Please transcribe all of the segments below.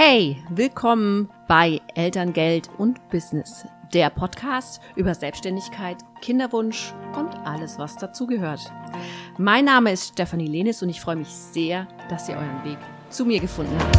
Hey, willkommen bei Elterngeld und Business, der Podcast über Selbstständigkeit, Kinderwunsch und alles, was dazugehört. Mein Name ist Stefanie Lehnes und ich freue mich sehr, dass ihr euren Weg zu mir gefunden habt.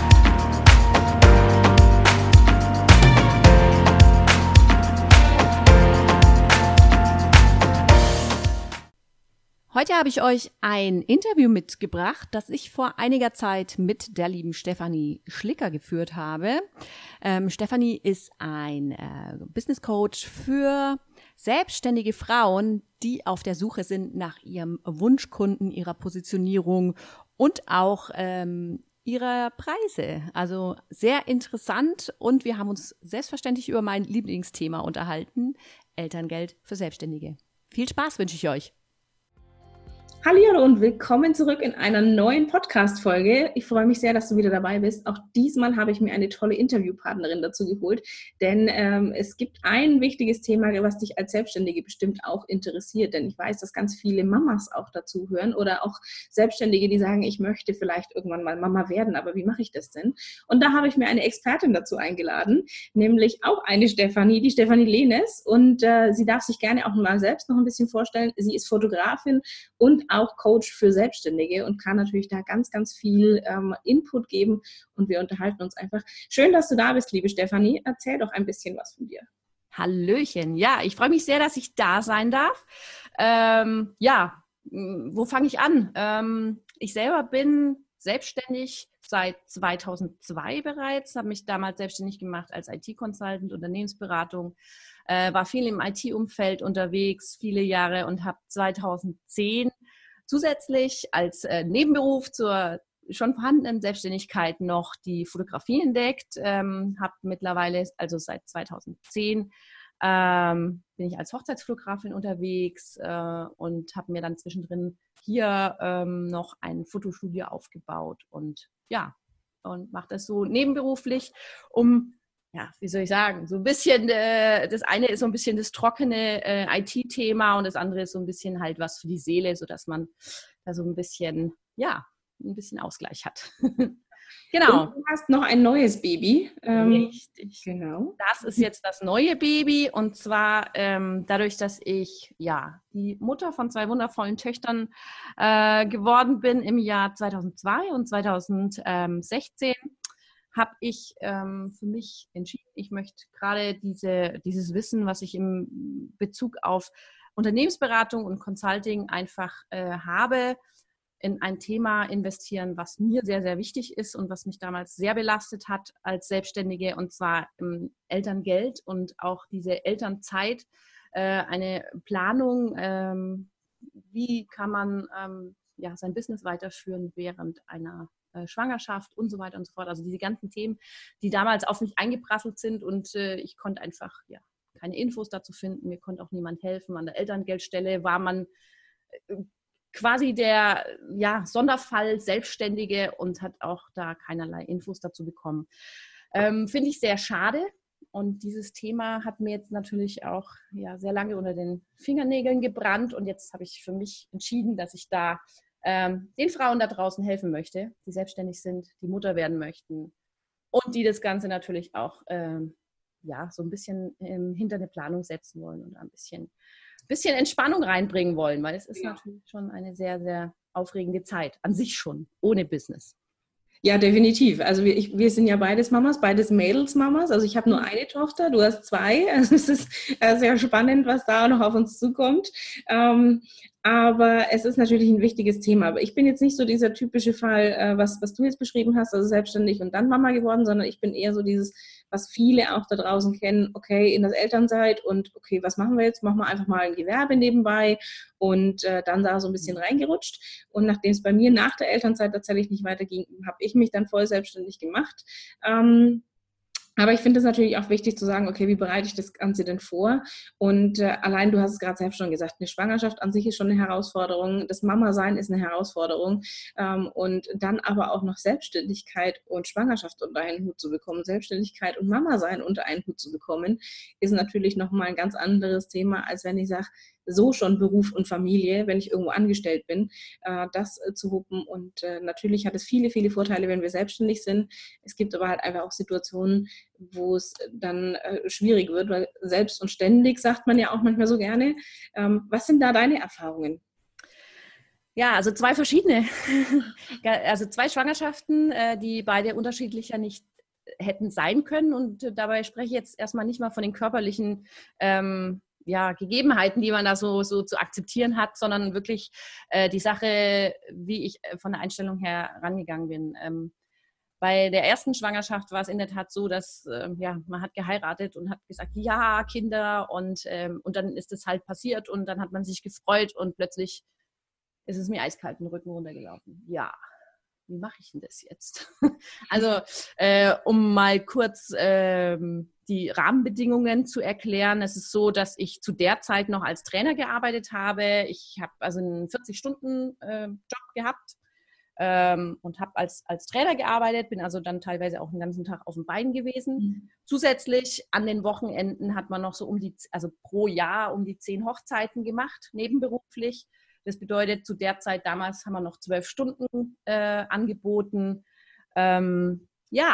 Heute habe ich euch ein Interview mitgebracht, das ich vor einiger Zeit mit der lieben Stefanie Schlicker geführt habe. Stefanie ist ein Business Coach für selbstständige Frauen, die auf der Suche sind nach ihrem Wunschkunden, ihrer Positionierung und auch ihrer Preise. Also sehr interessant und wir haben uns selbstverständlich über mein Lieblingsthema unterhalten, Elterngeld für Selbstständige. Viel Spaß wünsche ich euch. Hallihallo und willkommen zurück in einer neuen Podcast-Folge. Ich freue mich sehr, dass du wieder dabei bist. Auch diesmal habe ich mir eine tolle Interviewpartnerin dazu geholt, denn es gibt ein wichtiges Thema, was dich als Selbstständige bestimmt auch interessiert, denn ich weiß, dass ganz viele Mamas auch dazu hören oder auch Selbstständige, die sagen, ich möchte vielleicht irgendwann mal Mama werden, aber wie mache ich das denn? Und da habe ich mir eine Expertin dazu eingeladen, nämlich auch eine Stefanie, die Stefanie Lehnes, und sie darf sich gerne auch mal selbst noch ein bisschen vorstellen. Sie ist Fotografin und auch Coach für Selbstständige und kann natürlich da ganz, ganz viel Input geben und wir unterhalten uns einfach. Schön, dass du da bist, liebe Stefanie. Erzähl doch ein bisschen was von dir. Hallöchen. Ja, ich freue mich sehr, dass ich da sein darf. Wo fange ich an? Ich selber bin selbstständig seit 2002 bereits, habe mich damals selbstständig gemacht als IT-Consultant, Unternehmensberatung, war viel im IT-Umfeld unterwegs, viele Jahre und habe 2010 zusätzlich als Nebenberuf zur schon vorhandenen Selbstständigkeit noch die Fotografie entdeckt, habe mittlerweile, also seit 2010, bin ich als Hochzeitsfotografin unterwegs und habe mir dann zwischendrin hier noch ein Fotostudio aufgebaut und mache das so nebenberuflich, wie soll ich sagen, so ein bisschen, das eine ist so ein bisschen das trockene IT-Thema und das andere ist so ein bisschen halt was für die Seele, sodass man da so ein bisschen Ausgleich hat. Genau. Und du hast noch ein neues Baby. Richtig. Genau. Das ist jetzt das neue Baby und zwar dadurch, dass ich die Mutter von 2 wundervollen Töchtern geworden bin im Jahr 2002 und 2016, habe ich für mich entschieden, ich möchte gerade dieses Wissen, was ich im Bezug auf Unternehmensberatung und Consulting einfach habe, in ein Thema investieren, was mir sehr, sehr wichtig ist und was mich damals sehr belastet hat als Selbstständige, und zwar im Elterngeld und auch diese Elternzeit, eine Planung, wie kann man sein Business weiterführen während einer Schwangerschaft und so weiter und so fort. Also diese ganzen Themen, die damals auf mich eingeprasselt sind und ich konnte einfach keine Infos dazu finden. Mir konnte auch niemand helfen. An der Elterngeldstelle war man quasi der Sonderfall Selbstständige und hat auch da keinerlei Infos dazu bekommen. Finde ich sehr schade. Und dieses Thema hat mir jetzt natürlich auch sehr lange unter den Fingernägeln gebrannt. Und jetzt habe ich für mich entschieden, dass ich da den Frauen da draußen helfen möchte, die selbstständig sind, die Mutter werden möchten und die das Ganze natürlich auch so ein bisschen hinter eine Planung setzen wollen und ein bisschen Entspannung reinbringen wollen, weil es ist natürlich schon eine sehr, sehr aufregende Zeit, an sich schon, ohne Business. Ja, definitiv. Also wir sind ja beides Mamas, beides Mädels-Mamas. Also ich habe nur eine Tochter, du hast 2. Also es ist sehr spannend, was da noch auf uns zukommt. Aber es ist natürlich ein wichtiges Thema. Aber ich bin jetzt nicht so dieser typische Fall, was du jetzt beschrieben hast, also selbstständig und dann Mama geworden, sondern ich bin eher so dieses, was viele auch da draußen kennen, okay, in der Elternzeit und okay, was machen wir jetzt? Machen wir einfach mal ein Gewerbe nebenbei und dann da so ein bisschen reingerutscht. Und nachdem es bei mir nach der Elternzeit tatsächlich nicht weiterging, habe ich mich dann voll selbstständig gemacht. Aber ich finde es natürlich auch wichtig zu sagen, okay, wie bereite ich das Ganze denn vor? Und allein, du hast es gerade selbst schon gesagt, eine Schwangerschaft an sich ist schon eine Herausforderung, das Mama-Sein ist eine Herausforderung und dann aber auch noch Selbstständigkeit und Schwangerschaft unter einen Hut zu bekommen, Selbstständigkeit und Mama-Sein unter einen Hut zu bekommen, ist natürlich nochmal ein ganz anderes Thema, als wenn ich sage, so schon Beruf und Familie, wenn ich irgendwo angestellt bin, das zu wuppen. Und natürlich hat es viele, viele Vorteile, wenn wir selbstständig sind. Es gibt aber halt einfach auch Situationen, wo es dann schwierig wird, weil selbst und ständig sagt man ja auch manchmal so gerne. Was sind da deine Erfahrungen? Ja, also zwei verschiedene. Also zwei Schwangerschaften, die beide unterschiedlicher nicht hätten sein können. Und dabei spreche ich jetzt erstmal nicht mal von den körperlichen Gegebenheiten, die man da so zu akzeptieren hat, sondern wirklich die Sache, wie ich von der Einstellung her rangegangen bin. Bei der ersten Schwangerschaft war es in der Tat so, dass man hat geheiratet und hat gesagt, ja, Kinder und dann ist es halt passiert und dann hat man sich gefreut und plötzlich ist es mir eiskalt den Rücken runtergelaufen. Ja, wie mache ich denn das jetzt? Also, um mal kurz die Rahmenbedingungen zu erklären. Es ist so, dass ich zu der Zeit noch als Trainer gearbeitet habe. Ich habe also einen 40-Stunden-Job gehabt und habe als Trainer gearbeitet, bin also dann teilweise auch den ganzen Tag auf den Beinen gewesen. Mhm. Zusätzlich an den Wochenenden hat man noch so pro Jahr um die 10 Hochzeiten gemacht, nebenberuflich. Das bedeutet, zu der Zeit damals haben wir noch 12 Stunden angeboten. Und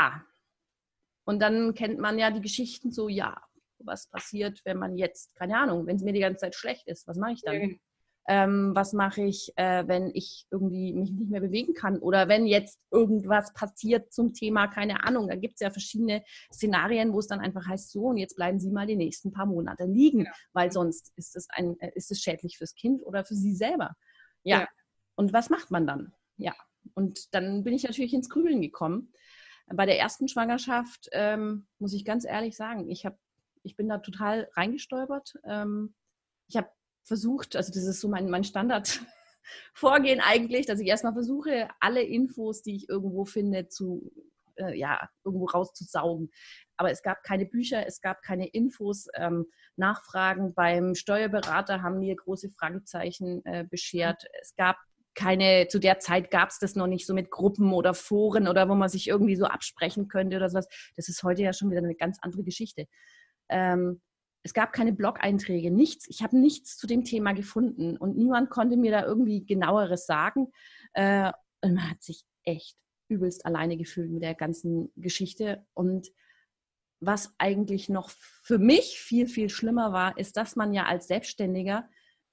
dann kennt man ja die Geschichten so, ja, was passiert, wenn man jetzt, keine Ahnung, wenn es mir die ganze Zeit schlecht ist, was mache ich dann? Was mache ich, wenn ich irgendwie mich nicht mehr bewegen kann? Oder wenn jetzt irgendwas passiert zum Thema, keine Ahnung, da gibt es ja verschiedene Szenarien, wo es dann einfach heißt, so und jetzt bleiben Sie mal die nächsten paar Monate liegen, weil sonst ist es schädlich fürs Kind oder für Sie selber. Ja. Und was macht man dann? Ja, und dann bin ich natürlich ins Grübeln gekommen. Bei der ersten Schwangerschaft muss ich ganz ehrlich sagen, ich bin da total reingestolpert. Ich habe versucht, also das ist so mein Standardvorgehen eigentlich, dass ich erstmal versuche, alle Infos, die ich irgendwo finde, irgendwo rauszusaugen. Aber es gab keine Bücher, es gab keine Infos. Nachfragen beim Steuerberater haben mir große Fragezeichen beschert. Es gab zu der Zeit gab es das noch nicht so mit Gruppen oder Foren oder wo man sich irgendwie so absprechen könnte oder sowas. Das ist heute ja schon wieder eine ganz andere Geschichte. Es gab keine Blog-Einträge, nichts. Ich habe nichts zu dem Thema gefunden und niemand konnte mir da irgendwie genaueres sagen. Und man hat sich echt übelst alleine gefühlt mit der ganzen Geschichte. Und was eigentlich noch für mich viel, viel schlimmer war, ist, dass man ja als Selbstständiger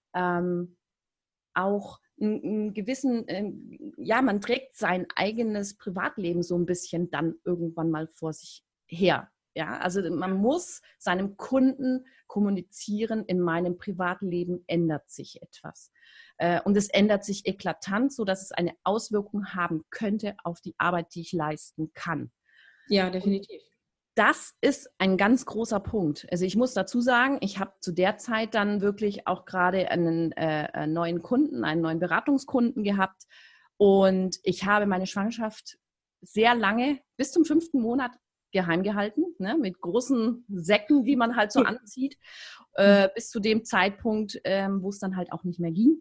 auch einen gewissen, man trägt sein eigenes Privatleben so ein bisschen dann irgendwann mal vor sich her. Ja, also man muss seinem Kunden kommunizieren, in meinem Privatleben ändert sich etwas. Und es ändert sich eklatant, sodass es eine Auswirkung haben könnte auf die Arbeit, die ich leisten kann. Ja, definitiv. Und das ist ein ganz großer Punkt. Also ich muss dazu sagen, ich habe zu der Zeit dann wirklich auch gerade einen neuen Beratungskunden gehabt. Und ich habe meine Schwangerschaft sehr lange, bis zum 5. Monat, geheim gehalten, ne, mit großen Säcken, die man halt so anzieht, bis zu dem Zeitpunkt, wo es dann halt auch nicht mehr ging.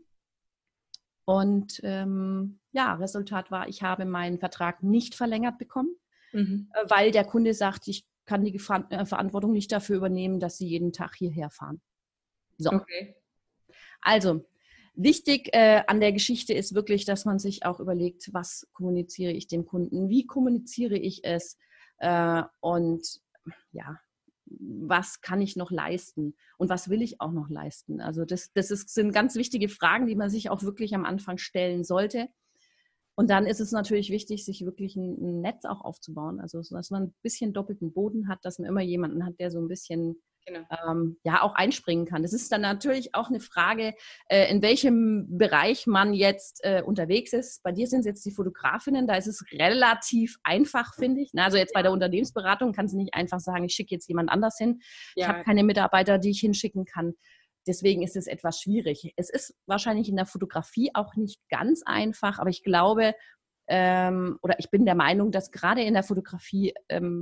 Und Resultat war, ich habe meinen Vertrag nicht verlängert bekommen, weil der Kunde sagt, ich kann die Verantwortung nicht dafür übernehmen, dass Sie jeden Tag hierher fahren. So. Okay. Also, wichtig an der Geschichte ist wirklich, dass man sich auch überlegt, was kommuniziere ich dem Kunden, wie kommuniziere ich es, und ja, was kann ich noch leisten und was will ich auch noch leisten? Also sind ganz wichtige Fragen, die man sich auch wirklich am Anfang stellen sollte. Und dann ist es natürlich wichtig, sich wirklich ein Netz auch aufzubauen, also dass man ein bisschen doppelten Boden hat, dass man immer jemanden hat, der so ein bisschen auch einspringen kann. Das ist dann natürlich auch eine Frage, in welchem Bereich man jetzt unterwegs ist. Bei dir sind es jetzt die Fotografinnen, da ist es relativ einfach, finde ich. Also jetzt bei der Unternehmensberatung kannst du nicht einfach sagen, ich schicke jetzt jemand anders hin. Ja. Ich habe keine Mitarbeiter, die ich hinschicken kann. Deswegen ist es etwas schwierig. Es ist wahrscheinlich in der Fotografie auch nicht ganz einfach, aber ich glaube, oder ich bin der Meinung, dass gerade in der Fotografie,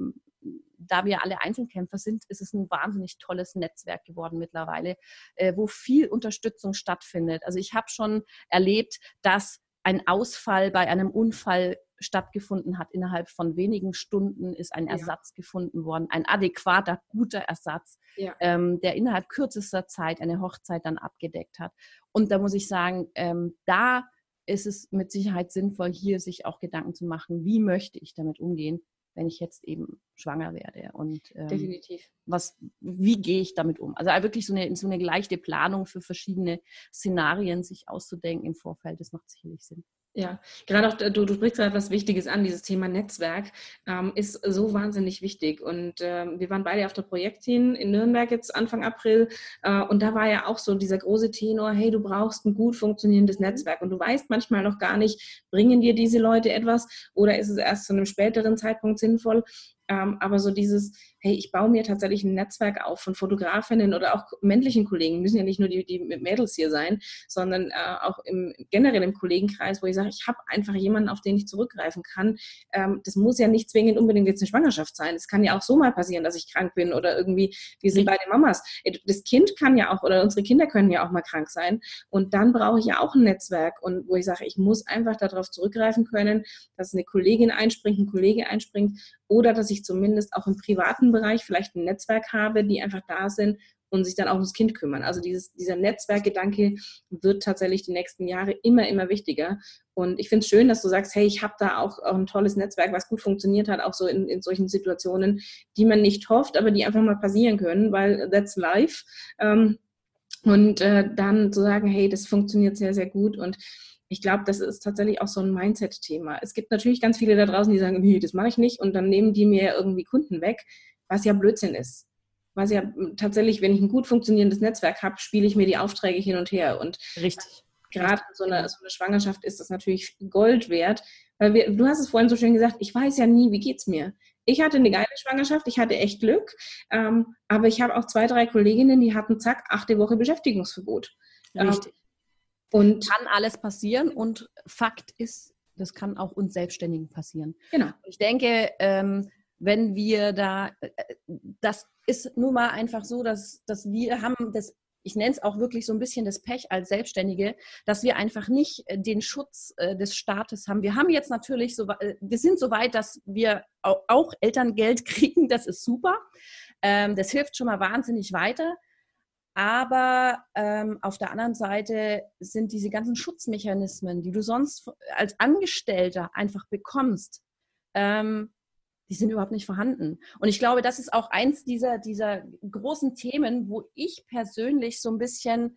da wir alle Einzelkämpfer sind, ist es ein wahnsinnig tolles Netzwerk geworden mittlerweile, wo viel Unterstützung stattfindet. Also ich habe schon erlebt, dass ein Ausfall bei einem Unfall stattgefunden hat. Innerhalb von wenigen Stunden ist ein Ersatz gefunden worden, ein adäquater, guter Ersatz, der innerhalb kürzester Zeit eine Hochzeit dann abgedeckt hat. Und da muss ich sagen, da ist es mit Sicherheit sinnvoll, hier sich auch Gedanken zu machen, wie möchte ich damit umgehen, wenn ich jetzt eben schwanger werde und definitiv. Wie gehe ich damit um? Also wirklich so eine leichte Planung für verschiedene Szenarien sich auszudenken im Vorfeld, das macht sicherlich Sinn. Ja, gerade auch, du sprichst gerade was Wichtiges an, dieses Thema Netzwerk ist so wahnsinnig wichtig und wir waren beide auf der Projektteam in Nürnberg jetzt Anfang April und da war ja auch so dieser große Tenor, hey, du brauchst ein gut funktionierendes Netzwerk und du weißt manchmal noch gar nicht, bringen dir diese Leute etwas oder ist es erst zu einem späteren Zeitpunkt sinnvoll, aber so dieses, hey, ich baue mir tatsächlich ein Netzwerk auf von Fotografinnen oder auch männlichen Kollegen, müssen ja nicht nur die Mädels hier sein, sondern auch generell im Kollegenkreis, wo ich sage, ich habe einfach jemanden, auf den ich zurückgreifen kann. Das muss ja nicht zwingend unbedingt jetzt eine Schwangerschaft sein. Es kann ja auch so mal passieren, dass ich krank bin oder irgendwie, wir sind beide Mamas. Das Kind kann ja auch, oder unsere Kinder können ja auch mal krank sein und dann brauche ich ja auch ein Netzwerk und wo ich sage, ich muss einfach darauf zurückgreifen können, dass eine Kollegin einspringt, ein Kollege einspringt oder dass ich zumindest auch im privaten Bereich vielleicht ein Netzwerk habe, die einfach da sind und sich dann auch ums Kind kümmern. Also dieser Netzwerkgedanke wird tatsächlich die nächsten Jahre immer, immer wichtiger. Und ich finde es schön, dass du sagst, hey, ich habe da auch ein tolles Netzwerk, was gut funktioniert hat, auch so in solchen Situationen, die man nicht hofft, aber die einfach mal passieren können, weil that's life. Und dann zu sagen, hey, das funktioniert sehr, sehr gut und ich glaube, das ist tatsächlich auch so ein Mindset-Thema. Es gibt natürlich ganz viele da draußen, die sagen, nee, das mache ich nicht und dann nehmen die mir irgendwie Kunden weg, was ja Blödsinn ist. Was ja tatsächlich, wenn ich ein gut funktionierendes Netzwerk habe, spiele ich mir die Aufträge hin und her. Und richtig. Gerade so eine Schwangerschaft ist das natürlich Gold wert, weil du hast es vorhin so schön gesagt, ich weiß ja nie, wie geht's mir. Ich hatte eine geile Schwangerschaft, ich hatte echt Glück, aber ich habe auch 2, 3 Kolleginnen, die hatten zack, 8. Woche Beschäftigungsverbot. Richtig. Und kann alles passieren und Fakt ist, das kann auch uns Selbstständigen passieren. Genau. Ich denke, wenn wir das ist nun mal einfach so, dass wir haben das, ich nenne es auch wirklich so ein bisschen das Pech als Selbstständige, dass wir einfach nicht den Schutz des Staates haben. Wir haben jetzt natürlich, wir sind so weit, dass wir auch Elterngeld kriegen, das ist super. Das hilft schon mal wahnsinnig weiter. Aber auf der anderen Seite sind diese ganzen Schutzmechanismen, die du sonst als Angestellter einfach bekommst, die sind überhaupt nicht vorhanden. Und ich glaube, das ist auch eins dieser großen Themen, wo ich persönlich so ein bisschen,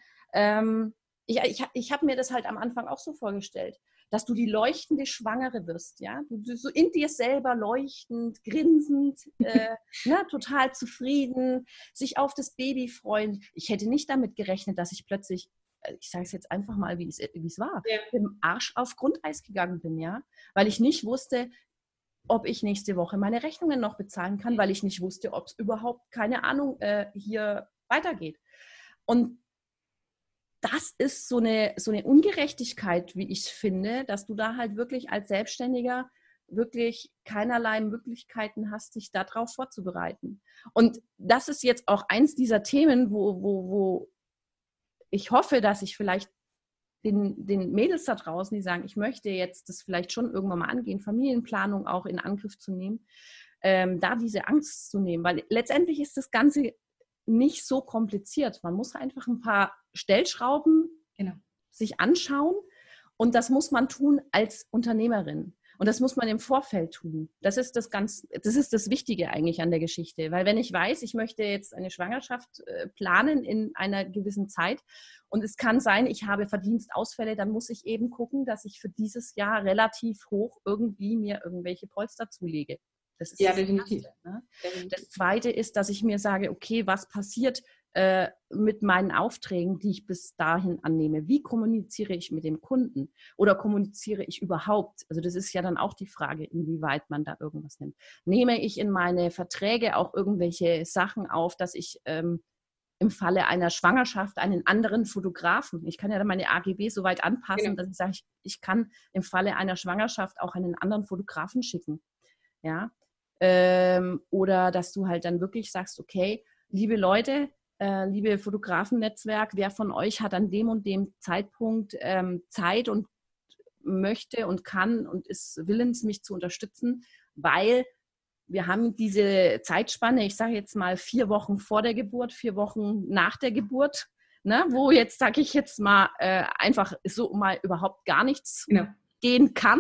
ich habe mir das halt am Anfang auch so vorgestellt, dass du die leuchtende Schwangere wirst, ja, du so in dir selber leuchtend, grinsend, total zufrieden, sich auf das Baby freuen. Ich hätte nicht damit gerechnet, dass ich plötzlich, ich sage es jetzt einfach mal, wie es war, mit dem Arsch auf Grundeis gegangen bin, ja, weil ich nicht wusste, ob ich nächste Woche meine Rechnungen noch bezahlen kann, weil ich nicht wusste, ob es überhaupt, keine Ahnung, hier weitergeht. Und das ist so eine Ungerechtigkeit, wie ich finde, dass du da halt wirklich als Selbstständiger wirklich keinerlei Möglichkeiten hast, dich darauf vorzubereiten. Und das ist jetzt auch eins dieser Themen, wo ich hoffe, dass ich vielleicht den Mädels da draußen, die sagen, ich möchte jetzt das vielleicht schon irgendwann mal angehen, Familienplanung auch in Angriff zu nehmen, da diese Angst zu nehmen, weil letztendlich ist das Ganze nicht so kompliziert. Man muss einfach ein paar Stellschrauben sich anschauen und das muss man tun als Unternehmerin. Und das muss man im Vorfeld tun. Das ist das Wichtige eigentlich an der Geschichte. Weil wenn ich weiß, ich möchte jetzt eine Schwangerschaft planen in einer gewissen Zeit und es kann sein, ich habe Verdienstausfälle, dann muss ich eben gucken, dass ich für dieses Jahr relativ hoch irgendwie mir irgendwelche Polster zulege. Das ist definitiv. Erste, ne? Das Zweite ist, dass ich mir sage, okay, was passiert mit meinen Aufträgen, die ich bis dahin annehme? Wie kommuniziere ich mit dem Kunden? Oder kommuniziere ich überhaupt? Also das ist ja dann auch die Frage, inwieweit man da irgendwas nimmt. Nehme ich in meine Verträge auch irgendwelche Sachen auf, dass ich im Falle einer Schwangerschaft einen anderen Fotografen, ich kann ja dann meine AGB so weit anpassen, dass ich sage, ich kann im Falle einer Schwangerschaft auch einen anderen Fotografen schicken. Ja? Oder dass du halt dann wirklich sagst, okay, liebe Leute, liebe Fotografennetzwerk, wer von euch hat an dem und dem Zeitpunkt Zeit und möchte und kann und ist willens, mich zu unterstützen, weil wir haben diese Zeitspanne, ich sage jetzt mal 4 Wochen vor der Geburt, 4 Wochen nach der Geburt, ne, wo jetzt, sage ich jetzt mal, einfach so mal überhaupt gar nichts gehen kann.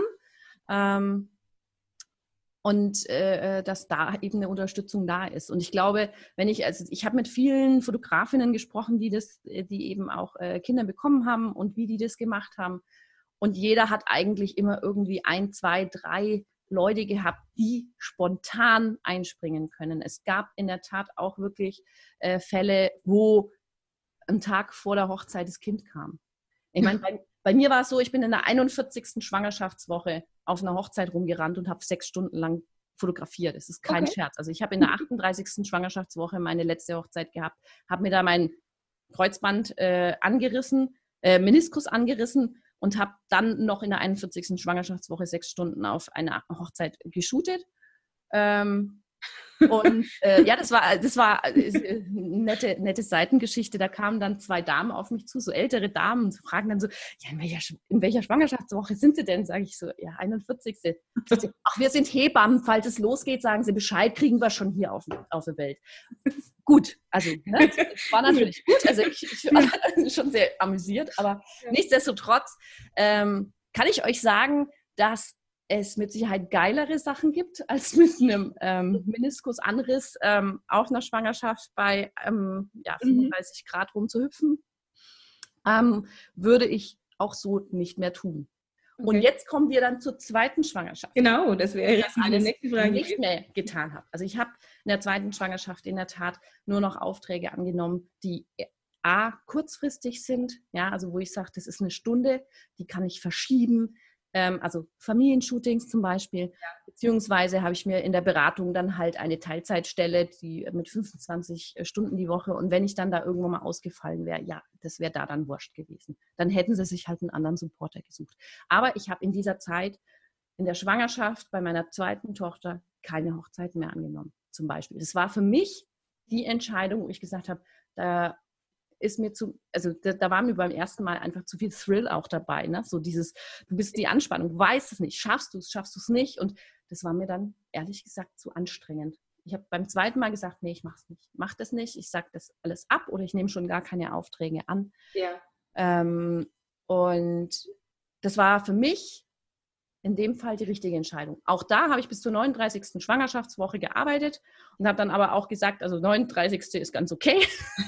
Und dass da eben eine Unterstützung da ist. Und ich glaube, ich habe mit vielen Fotografinnen gesprochen, die eben auch Kinder bekommen haben und wie die das gemacht haben. Und jeder hat eigentlich immer irgendwie 1, 2, 3 Leute gehabt, die spontan einspringen können. Es gab in der Tat auch wirklich Fälle, wo einen Tag vor der Hochzeit das Kind kam. Ich meine, bei mir war es so, ich bin in der 41. Schwangerschaftswoche auf einer Hochzeit rumgerannt und habe 6 Stunden lang fotografiert. Das ist kein Scherz. Also ich habe in der 38. Schwangerschaftswoche meine letzte Hochzeit gehabt, habe mir da mein Kreuzband angerissen, Meniskus angerissen und habe dann noch in der 41. Schwangerschaftswoche 6 Stunden auf einer Hochzeit geshootet. Und das war eine nette Seitengeschichte. Da kamen dann 2 Damen auf mich zu, so ältere Damen, und fragen dann so, ja, in welcher Schwangerschaftswoche sind Sie denn? Sage ich so, ja, 41. Ach, wir sind Hebammen, falls es losgeht, sagen Sie Bescheid, kriegen wir schon hier auf der Welt. Gut, also ne, das war natürlich gut, also ich war schon sehr amüsiert, aber nichtsdestotrotz kann ich euch sagen, dass es mit Sicherheit geilere Sachen gibt, als mit einem Meniskusanriss auf einer Schwangerschaft bei 35 Grad rumzuhüpfen, würde ich auch so nicht mehr tun. Okay. Und jetzt kommen wir dann zur zweiten Schwangerschaft. Genau, das wäre jetzt meine nächste Frage. Nicht mehr getan habe. Also ich habe in der zweiten Schwangerschaft in der Tat nur noch Aufträge angenommen, die kurzfristig sind, ja, also wo ich sage, das ist eine Stunde, die kann ich verschieben. Also Familienshootings zum Beispiel, beziehungsweise habe ich mir in der Beratung dann halt eine Teilzeitstelle, die mit 25 Stunden die Woche, und wenn ich dann da irgendwo mal ausgefallen wäre, ja, das wäre da dann wurscht gewesen. Dann hätten sie sich halt einen anderen Supporter gesucht. Aber ich habe in dieser Zeit, in der Schwangerschaft bei meiner zweiten Tochter, keine Hochzeiten mehr angenommen, zum Beispiel. Das war für mich die Entscheidung, wo ich gesagt habe, da war mir beim ersten Mal einfach zu viel Thrill auch dabei, ne? So dieses, du bist die Anspannung, du weißt es nicht, schaffst du es nicht, und das war mir dann ehrlich gesagt zu anstrengend. Ich habe beim zweiten Mal gesagt, nee, ich mach das nicht, ich sage das alles ab oder ich nehme schon gar keine Aufträge an. Ja. Und das war für mich in dem Fall die richtige Entscheidung. Auch da habe ich bis zur 39. Schwangerschaftswoche gearbeitet und habe dann aber auch gesagt, also 39. ist ganz okay.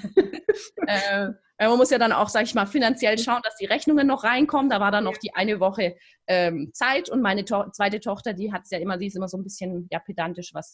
Man muss ja dann auch, sage ich mal, finanziell schauen, dass die Rechnungen noch reinkommen. Da war dann noch die eine Woche Zeit, und meine zweite Tochter, die ist immer so ein bisschen pedantisch, was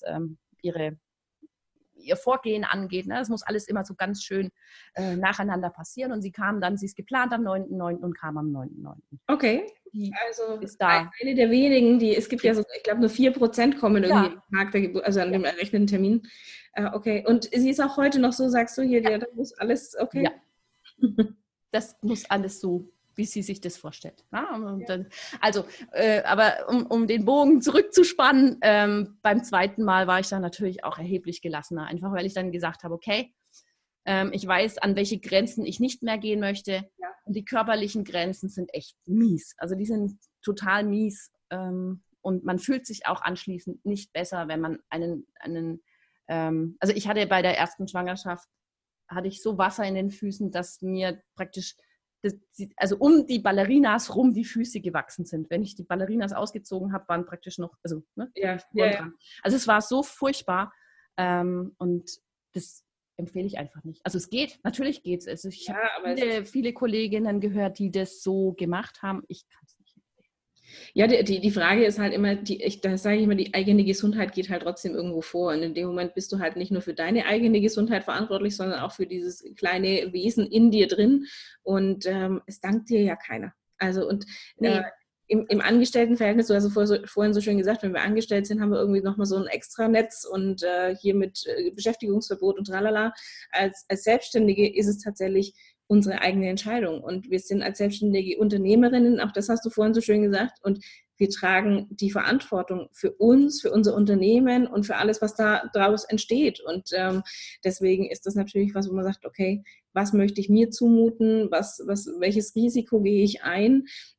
ihr Vorgehen angeht. Ne? Das muss alles immer so ganz schön nacheinander passieren, und sie ist geplant am 9.9. und kam am 9.9. Okay. Also ist da. Eine der wenigen, es gibt ja so, ich glaube, nur 4% kommen irgendwie am Tag der Geburt, also an dem errechneten Termin. Okay. Und sie ist auch heute noch so, sagst du hier, da muss alles, okay? Ja. Das muss alles so, wie sie sich das vorstellt. Ja, dann, also, aber um den Bogen zurückzuspannen, beim zweiten Mal war ich dann natürlich auch erheblich gelassener, einfach weil ich dann gesagt habe, okay, ich weiß, an welche Grenzen ich nicht mehr gehen möchte. Ja. Und die körperlichen Grenzen sind echt mies. Also die sind total mies. Und man fühlt sich auch anschließend nicht besser, wenn man also ich hatte bei der ersten Schwangerschaft, hatte ich so Wasser in den Füßen, dass mir praktisch, also um die Ballerinas rum die Füße gewachsen sind. Wenn ich die Ballerinas ausgezogen habe, waren praktisch noch, also dran. Also es war so furchtbar. Und das empfehle ich einfach nicht. Also es geht, natürlich geht es. Also ich habe viele Kolleginnen gehört, die das so gemacht haben. Ich kann es nicht empfehlen. Ja, die Frage ist halt immer, da sage ich immer, die eigene Gesundheit geht halt trotzdem irgendwo vor. Und in dem Moment bist du halt nicht nur für deine eigene Gesundheit verantwortlich, sondern auch für dieses kleine Wesen in dir drin. Und es dankt dir ja keiner. Also und im Angestelltenverhältnis, du hast vorhin so schön gesagt, wenn wir angestellt sind, haben wir irgendwie nochmal so ein Extranetz und hier mit Beschäftigungsverbot und tralala. Als Selbstständige ist es tatsächlich unsere eigene Entscheidung. Und wir sind als selbstständige Unternehmerinnen, auch das hast du vorhin so schön gesagt, und wir tragen die Verantwortung für uns, für unser Unternehmen und für alles, was da daraus entsteht. Und deswegen ist das natürlich was, wo man sagt, okay, was möchte ich mir zumuten, welches Risiko gehe ich ein?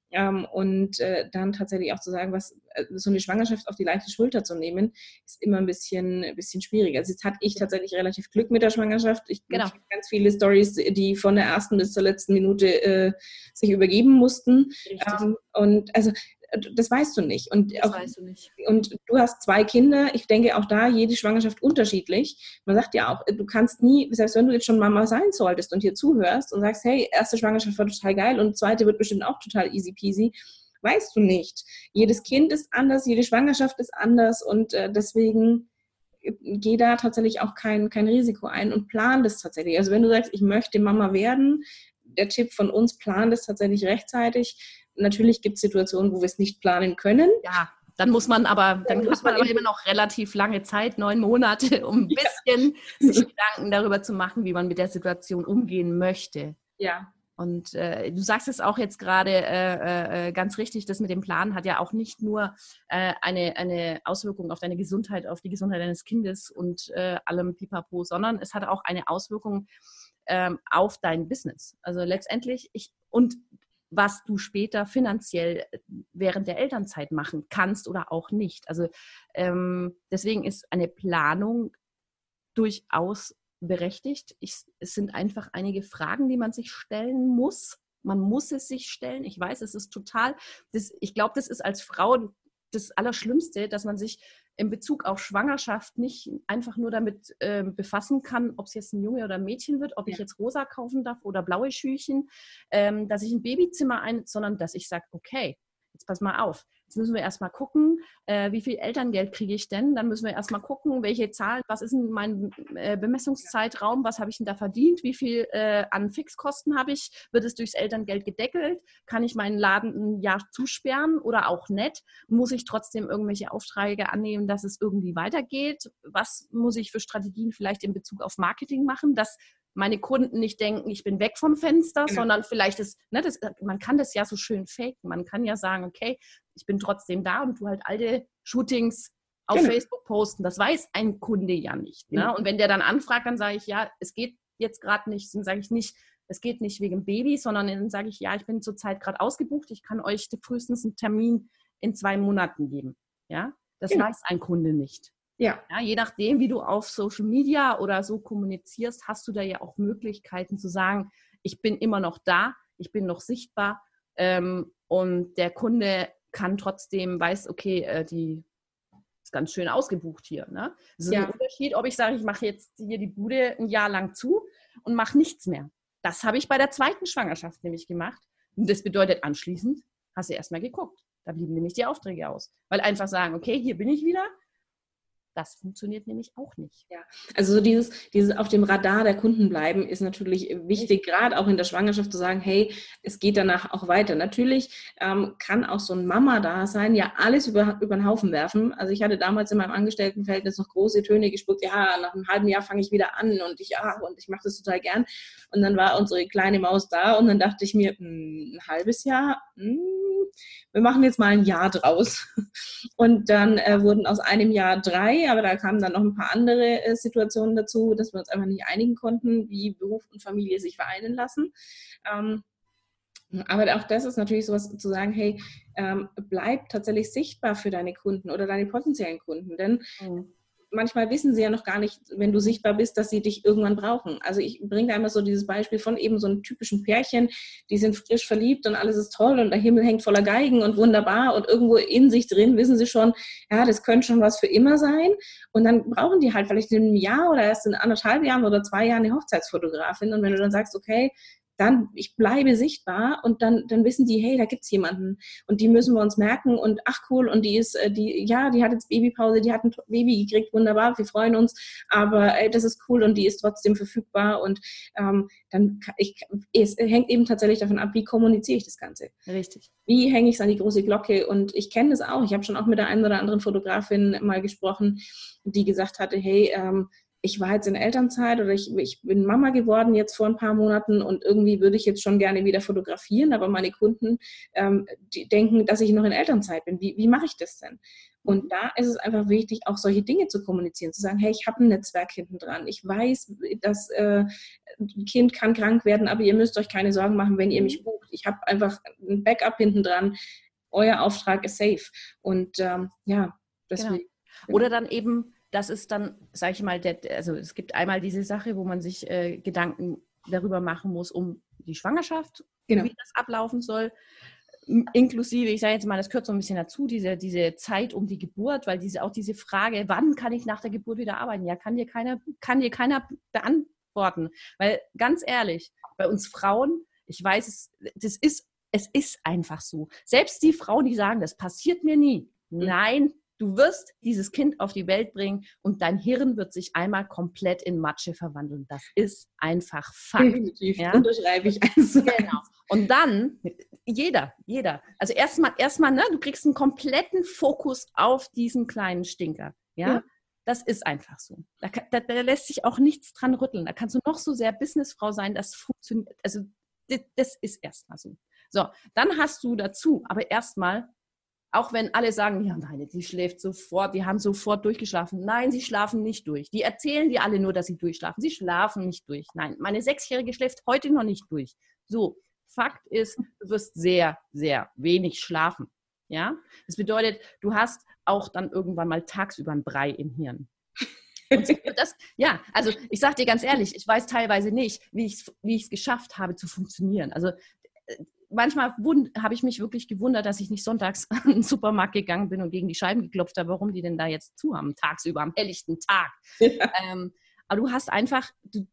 Und dann tatsächlich auch zu sagen, so eine Schwangerschaft auf die leichte Schulter zu nehmen, ist immer ein bisschen schwierig. Also jetzt hatte ich tatsächlich relativ Glück mit der Schwangerschaft. Ich Genau. habe ganz viele Stories, die von der ersten bis zur letzten Minute sich übergeben mussten. Und also das weißt du nicht. Und das weißt du nicht. Und du hast 2 Kinder. Ich denke auch da, jede Schwangerschaft unterschiedlich. Man sagt ja auch, du kannst nie, selbst wenn du jetzt schon Mama sein solltest und hier zuhörst und sagst, hey, erste Schwangerschaft war total geil und zweite wird bestimmt auch total easy peasy, weißt du nicht. Jedes Kind ist anders, jede Schwangerschaft ist anders und deswegen geh da tatsächlich auch kein Risiko ein und plan das tatsächlich. Also wenn du sagst, ich möchte Mama werden, der Tipp von uns, plan das tatsächlich rechtzeitig. Natürlich gibt es Situationen, wo wir es nicht planen können. Ja, dann hat man aber immer noch relativ lange Zeit, 9 Monate, um ein bisschen sich Gedanken darüber zu machen, wie man mit der Situation umgehen möchte. Ja. Und du sagst es auch jetzt gerade ganz richtig, das mit dem Plan hat ja auch nicht nur eine Auswirkung auf deine Gesundheit, auf die Gesundheit deines Kindes und allem Pipapo, sondern es hat auch eine Auswirkung auf dein Business. Also letztendlich, was du später finanziell während der Elternzeit machen kannst oder auch nicht. Also deswegen ist eine Planung durchaus berechtigt. Es sind einfach einige Fragen, die man sich stellen muss. Man muss es sich stellen. Ich weiß, es ist ich glaube, das ist als Frau das Allerschlimmste, dass man sich in Bezug auf Schwangerschaft nicht einfach nur damit befassen kann, ob es jetzt ein Junge oder ein Mädchen wird, ob ich jetzt rosa kaufen darf oder blaue Schüchen, dass ich ein Babyzimmer sondern dass ich sage, okay, jetzt pass mal auf. Jetzt müssen wir erstmal gucken, wie viel Elterngeld kriege ich denn? Dann müssen wir erstmal gucken, welche Zahlen, was ist denn mein Bemessungszeitraum, was habe ich denn da verdient, wie viel an Fixkosten habe ich, wird es durchs Elterngeld gedeckelt, kann ich meinen Laden ein Jahr zusperren oder auch nicht, muss ich trotzdem irgendwelche Aufträge annehmen, dass es irgendwie weitergeht, was muss ich für Strategien vielleicht in Bezug auf Marketing machen, dass meine Kunden nicht denken, ich bin weg vom Fenster, sondern vielleicht man kann das ja so schön faken. Man kann ja sagen, okay, ich bin trotzdem da und du halt alte Shootings auf Facebook posten. Das weiß ein Kunde ja nicht. Ne? Und wenn der dann anfragt, dann sage ich, ja, es geht jetzt gerade nicht. Dann sage ich nicht, es geht nicht wegen Baby, sondern dann sage ich, ja, ich bin zurzeit gerade ausgebucht. Ich kann euch frühestens einen Termin in 2 Monaten geben. Ja, das weiß ein Kunde nicht. Ja, je nachdem, wie du auf Social Media oder so kommunizierst, hast du da ja auch Möglichkeiten zu sagen, ich bin immer noch da, ich bin noch sichtbar und der Kunde kann trotzdem, weiß, okay, die ist ganz schön ausgebucht hier. Ne? Das ist ein Unterschied, ob ich sage, ich mache jetzt hier die Bude ein Jahr lang zu und mache nichts mehr. Das habe ich bei der 2. Schwangerschaft nämlich gemacht. Und das bedeutet, anschließend hast du erstmal geguckt. Da blieben nämlich die Aufträge aus. Weil einfach sagen, okay, hier bin ich wieder. Das funktioniert nämlich auch nicht. Ja, also so dieses auf dem Radar der Kunden bleiben ist natürlich wichtig, gerade auch in der Schwangerschaft zu sagen, hey, es geht danach auch weiter. Natürlich kann auch so ein Mama-Dasein ja alles über den Haufen werfen. Also ich hatte damals in meinem Angestelltenverhältnis noch große Töne gespuckt, ja, nach einem halben Jahr fange ich wieder an und ich mache das total gern. Und dann war unsere kleine Maus da und dann dachte ich mir, ein halbes Jahr, wir machen jetzt mal ein Jahr draus. Und dann wurden aus einem Jahr 3, aber da kamen dann noch ein paar andere Situationen dazu, dass wir uns einfach nicht einigen konnten, wie Beruf und Familie sich vereinen lassen. Aber auch das ist natürlich sowas zu sagen, hey, bleib tatsächlich sichtbar für deine Kunden oder deine potenziellen Kunden, denn manchmal wissen sie ja noch gar nicht, wenn du sichtbar bist, dass sie dich irgendwann brauchen. Also ich bringe da immer so dieses Beispiel von eben so einem typischen Pärchen, die sind frisch verliebt und alles ist toll und der Himmel hängt voller Geigen und wunderbar und irgendwo in sich drin wissen sie schon, ja, das könnte schon was für immer sein und dann brauchen die halt vielleicht in einem Jahr oder erst in 1,5 Jahren oder 2 Jahren eine Hochzeitsfotografin und wenn du dann sagst, okay, dann ich bleibe sichtbar und dann wissen die, hey, da gibt's jemanden und die müssen wir uns merken und ach cool und die hat jetzt Babypause, die hat ein Baby gekriegt, wunderbar, wir freuen uns, aber das ist cool und die ist trotzdem verfügbar und es hängt eben tatsächlich davon ab, wie kommuniziere ich das Ganze. Richtig. Wie hänge ich es an die große Glocke und ich kenne das auch, ich habe schon auch mit der einen oder anderen Fotografin mal gesprochen, die gesagt hatte, hey, ich war jetzt in Elternzeit oder ich bin Mama geworden jetzt vor ein paar Monaten und irgendwie würde ich jetzt schon gerne wieder fotografieren, aber meine Kunden die denken, dass ich noch in Elternzeit bin. Wie mache ich das denn? Und da ist es einfach wichtig, auch solche Dinge zu kommunizieren, zu sagen, hey, ich habe ein Netzwerk hinten dran. Ich weiß, dass ein Kind kann krank werden, aber ihr müsst euch keine Sorgen machen, wenn ihr mich bucht. Ich habe einfach ein Backup hinten dran. Euer Auftrag ist safe. Und ja, deswegen. Genau. Oder dann eben, das ist dann, sage ich mal, also es gibt einmal diese Sache, wo man sich Gedanken darüber machen muss, um die Schwangerschaft, wie das ablaufen soll. Inklusive, ich sage jetzt mal, das gehört so ein bisschen dazu, diese Zeit um die Geburt, weil auch diese Frage, wann kann ich nach der Geburt wieder arbeiten? Ja, kann dir keiner beantworten. Weil ganz ehrlich, bei uns Frauen, ich weiß, es ist einfach so. Selbst die Frauen, die sagen, das passiert mir nie. Nein, du wirst dieses Kind auf die Welt bringen und dein Hirn wird sich einmal komplett in Matsche verwandeln. Das ist einfach Fakt. Definitiv, ja? Unterschreibe ich. Also. Genau. Und dann, jeder. Also erstmal, ne, du kriegst einen kompletten Fokus auf diesen kleinen Stinker. Ja? Das ist einfach so. Da lässt sich auch nichts dran rütteln. Da kannst du noch so sehr Businessfrau sein, das funktioniert. Also das ist erstmal so. So, dann hast du dazu, aber erstmal, auch wenn alle sagen, ja, nein, die schläft sofort, die haben sofort durchgeschlafen. Nein, sie schlafen nicht durch. Die erzählen dir alle nur, dass sie durchschlafen. Sie schlafen nicht durch. Nein, meine 6-Jährige schläft heute noch nicht durch. So, Fakt ist, du wirst sehr, sehr wenig schlafen. Ja? Das bedeutet, du hast auch dann irgendwann mal tagsüber ein Brei im Hirn. Und also ich sage dir ganz ehrlich, ich weiß teilweise nicht, wie ich es geschafft habe zu funktionieren. Also manchmal habe ich mich wirklich gewundert, dass ich nicht sonntags in den Supermarkt gegangen bin und gegen die Scheiben geklopft habe, warum die denn da jetzt zu haben, tagsüber, am helllichten Tag. Ja. Aber du hast einfach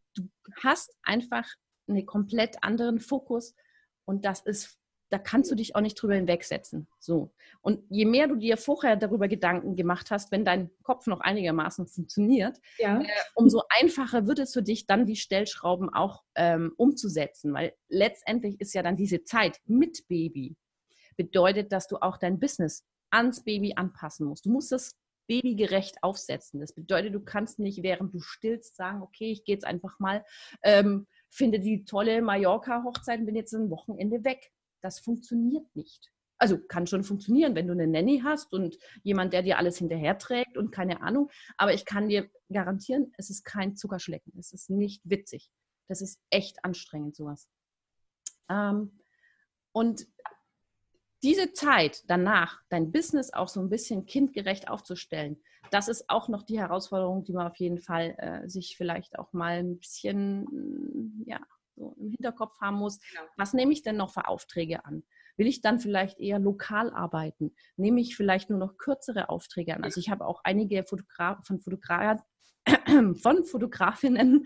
einen komplett anderen Fokus und da kannst du dich auch nicht drüber hinwegsetzen. So. Und je mehr du dir vorher darüber Gedanken gemacht hast, wenn dein Kopf noch einigermaßen funktioniert, umso einfacher wird es für dich, dann die Stellschrauben auch umzusetzen. Weil letztendlich ist ja dann diese Zeit mit Baby, bedeutet, dass du auch dein Business ans Baby anpassen musst. Du musst das babygerecht aufsetzen. Das bedeutet, du kannst nicht, während du stillst, sagen, okay, ich gehe jetzt einfach mal, finde die tolle Mallorca-Hochzeit und bin jetzt ein Wochenende weg. Das funktioniert nicht. Also kann schon funktionieren, wenn du eine Nanny hast und jemand, der dir alles hinterherträgt und keine Ahnung. Aber ich kann dir garantieren, es ist kein Zuckerschlecken. Es ist nicht witzig. Das ist echt anstrengend, sowas. Und diese Zeit danach, dein Business auch so ein bisschen kindgerecht aufzustellen, das ist auch noch die Herausforderung, die man auf jeden Fall sich vielleicht auch mal ein bisschen, so im Hinterkopf haben muss. Genau. Was nehme ich denn noch für Aufträge an? Will ich dann vielleicht eher lokal arbeiten? Nehme ich vielleicht nur noch kürzere Aufträge an? Also ich habe auch einige Fotografinnen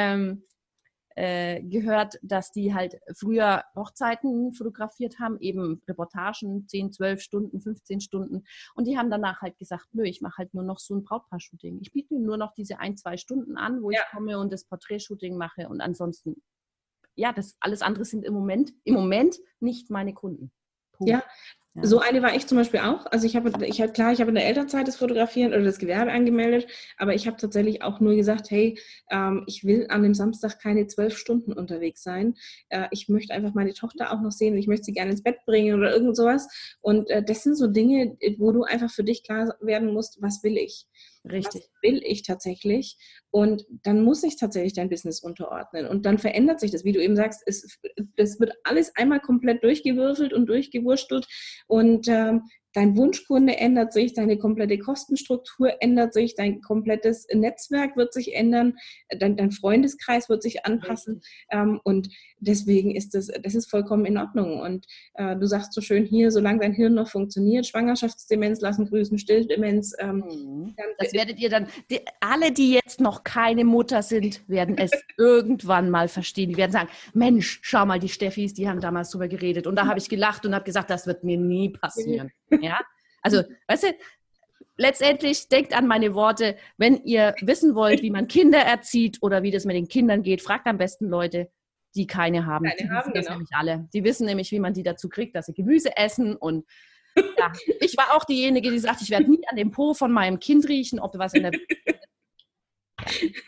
gehört, dass die halt früher Hochzeiten fotografiert haben, eben Reportagen, 10, 12 Stunden, 15 Stunden. Und die haben danach halt gesagt, nö, ich mache halt nur noch so ein Brautpaar-Shooting. Ich biete nur noch diese 1, 2 Stunden an, wo ich komme und das Porträtshooting mache und ansonsten das alles andere sind im Moment nicht meine Kunden. Punkt. Ja, so eine war ich zum Beispiel auch. Also ich habe in der Elternzeit das Fotografieren oder das Gewerbe angemeldet, aber ich habe tatsächlich auch nur gesagt, hey, ich will an dem Samstag keine 12 Stunden unterwegs sein. Ich möchte einfach meine Tochter auch noch sehen und ich möchte sie gerne ins Bett bringen oder irgend sowas. Und das sind so Dinge, wo du einfach für dich klar werden musst, was will ich? Richtig. Was will ich tatsächlich? Und dann muss ich tatsächlich dein Business unterordnen. Und dann verändert sich das, wie du eben sagst, das wird alles einmal komplett durchgewürfelt und durchgewurstelt. Und dein Wunschkunde ändert sich, deine komplette Kostenstruktur ändert sich, dein komplettes Netzwerk wird sich ändern, dein Freundeskreis wird sich anpassen. Und deswegen ist das ist vollkommen in Ordnung. Und du sagst so schön hier, solange dein Hirn noch funktioniert, Schwangerschaftsdemenz lassen grüßen, Stilldemenz. Das werdet ihr dann, alle, die jetzt noch keine Mutter sind, werden es irgendwann mal verstehen. Die werden sagen, Mensch, schau mal, die Steffis, die haben damals drüber geredet. Und da habe ich gelacht und habe gesagt, das wird mir nie passieren. Ja, also, weißt du, letztendlich denkt an meine Worte, wenn ihr wissen wollt, wie man Kinder erzieht oder wie das mit den Kindern geht, fragt am besten Leute, die keine haben. Die wissen das nämlich alle. Die wissen nämlich, wie man die dazu kriegt, dass sie Gemüse essen und ich war auch diejenige, die sagt, ich werde nie an dem Po von meinem Kind riechen, ob was in der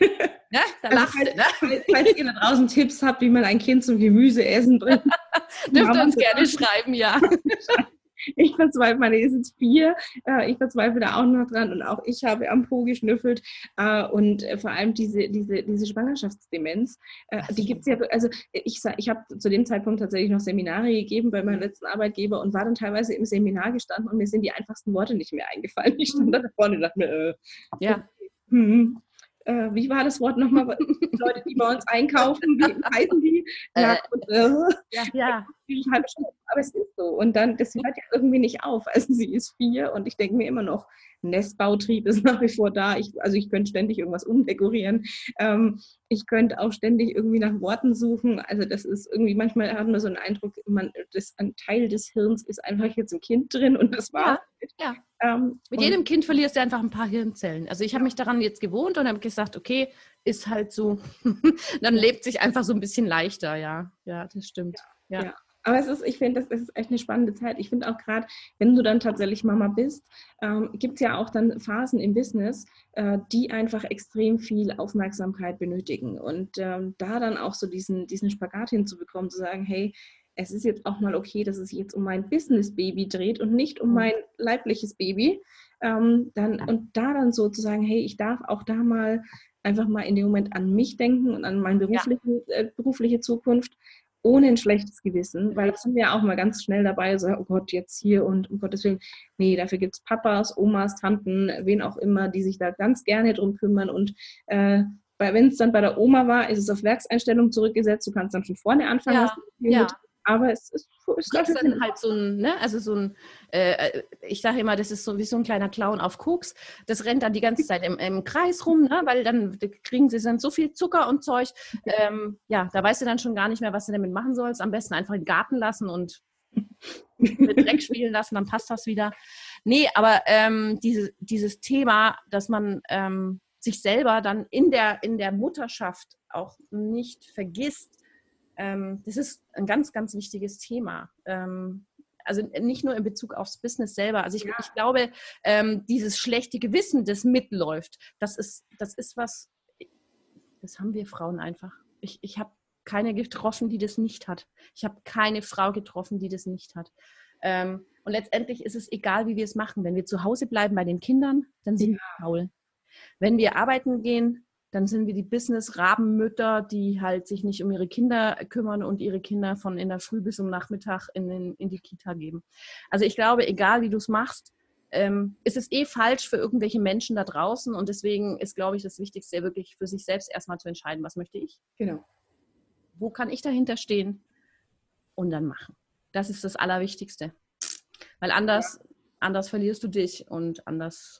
Ne? Da lachst du, ne? Falls ihr da draußen Tipps habt, wie man ein Kind zum Gemüseessen bringt, dürft ihr uns gerne schreiben, ja. Ich verzweifle, meine ist jetzt 4, ich verzweifle da auch noch dran und auch ich habe am Po geschnüffelt und vor allem diese Schwangerschaftsdemenz, die gibt es ja, also ich habe zu dem Zeitpunkt tatsächlich noch Seminare gegeben bei meinem letzten Arbeitgeber und war dann teilweise im Seminar gestanden und mir sind die einfachsten Worte nicht mehr eingefallen. Ich stand da vorne und dachte mir, ja. Wie war das Wort nochmal? Leute, die bei uns einkaufen, wie heißen die? Ja, ja. Aber es ist so. Und dann, das hört ja irgendwie nicht auf. Also sie ist 4 und ich denke mir immer noch, Nestbautrieb ist nach wie vor da. Ich könnte ständig irgendwas umdekorieren. Ich könnte auch ständig irgendwie nach Worten suchen. Also das ist irgendwie, manchmal hat man so einen Eindruck, ein Teil des Hirns ist einfach jetzt ein Kind drin und das war's. Ja. Mit jedem Kind verlierst du einfach ein paar Hirnzellen. Also ich habe mich daran jetzt gewohnt und habe gesagt, okay, ist halt so. Dann lebt sich einfach so ein bisschen leichter, ja. Ja, das stimmt. Ja. Aber ich finde, das ist echt eine spannende Zeit. Ich finde auch gerade, wenn du dann tatsächlich Mama bist, gibt es ja auch dann Phasen im Business, die einfach extrem viel Aufmerksamkeit benötigen. Und da dann auch so diesen Spagat hinzubekommen, zu sagen, hey, es ist jetzt auch mal okay, dass es sich jetzt um mein Business-Baby dreht und nicht um mein leibliches Baby. Und da dann so zu sagen, hey, ich darf auch da mal einfach mal in dem Moment an mich denken und an meine berufliche Zukunft, ohne ein schlechtes Gewissen, weil das sind wir auch mal ganz schnell dabei, so, oh Gott, jetzt hier und um Gottes Willen, nee, dafür gibt es Papas, Omas, Tanten, wen auch immer, die sich da ganz gerne drum kümmern und wenn es dann bei der Oma war, ist es auf Werkseinstellung zurückgesetzt, du kannst dann schon vorne anfangen. Aber es ist dann halt so ein, ne, also so ein, ich sage immer, das ist so wie so ein kleiner Clown auf Koks. Das rennt dann die ganze Zeit im Kreis rum, ne, weil dann kriegen sie dann so viel Zucker und Zeug. Da weißt du dann schon gar nicht mehr, was du damit machen sollst. Am besten einfach in den Garten lassen und mit Dreck spielen lassen, dann passt das wieder. Nee, aber dieses Thema, dass man sich selber dann in der Mutterschaft auch nicht vergisst, das ist ein ganz, ganz wichtiges Thema. Also nicht nur in Bezug aufs Business selber. Also ich glaube, dieses schlechte Gewissen, das mitläuft, das ist was, das haben wir Frauen einfach. Ich habe keine getroffen, die das nicht hat. Ich habe keine Frau getroffen, die das nicht hat. Und letztendlich ist es egal, wie wir es machen. Wenn wir zu Hause bleiben bei den Kindern, dann sind wir faul. Wenn wir arbeiten gehen, dann sind wir die Business-Rabenmütter, die halt sich nicht um ihre Kinder kümmern und ihre Kinder von in der Früh bis zum Nachmittag in die Kita geben. Also ich glaube, egal wie du es machst, ist es falsch für irgendwelche Menschen da draußen und deswegen ist, glaube ich, das Wichtigste wirklich für sich selbst erstmal zu entscheiden, was möchte ich? Genau. Wo kann ich dahinter stehen? Und dann machen. Das ist das Allerwichtigste. Weil anders verlierst du dich und anders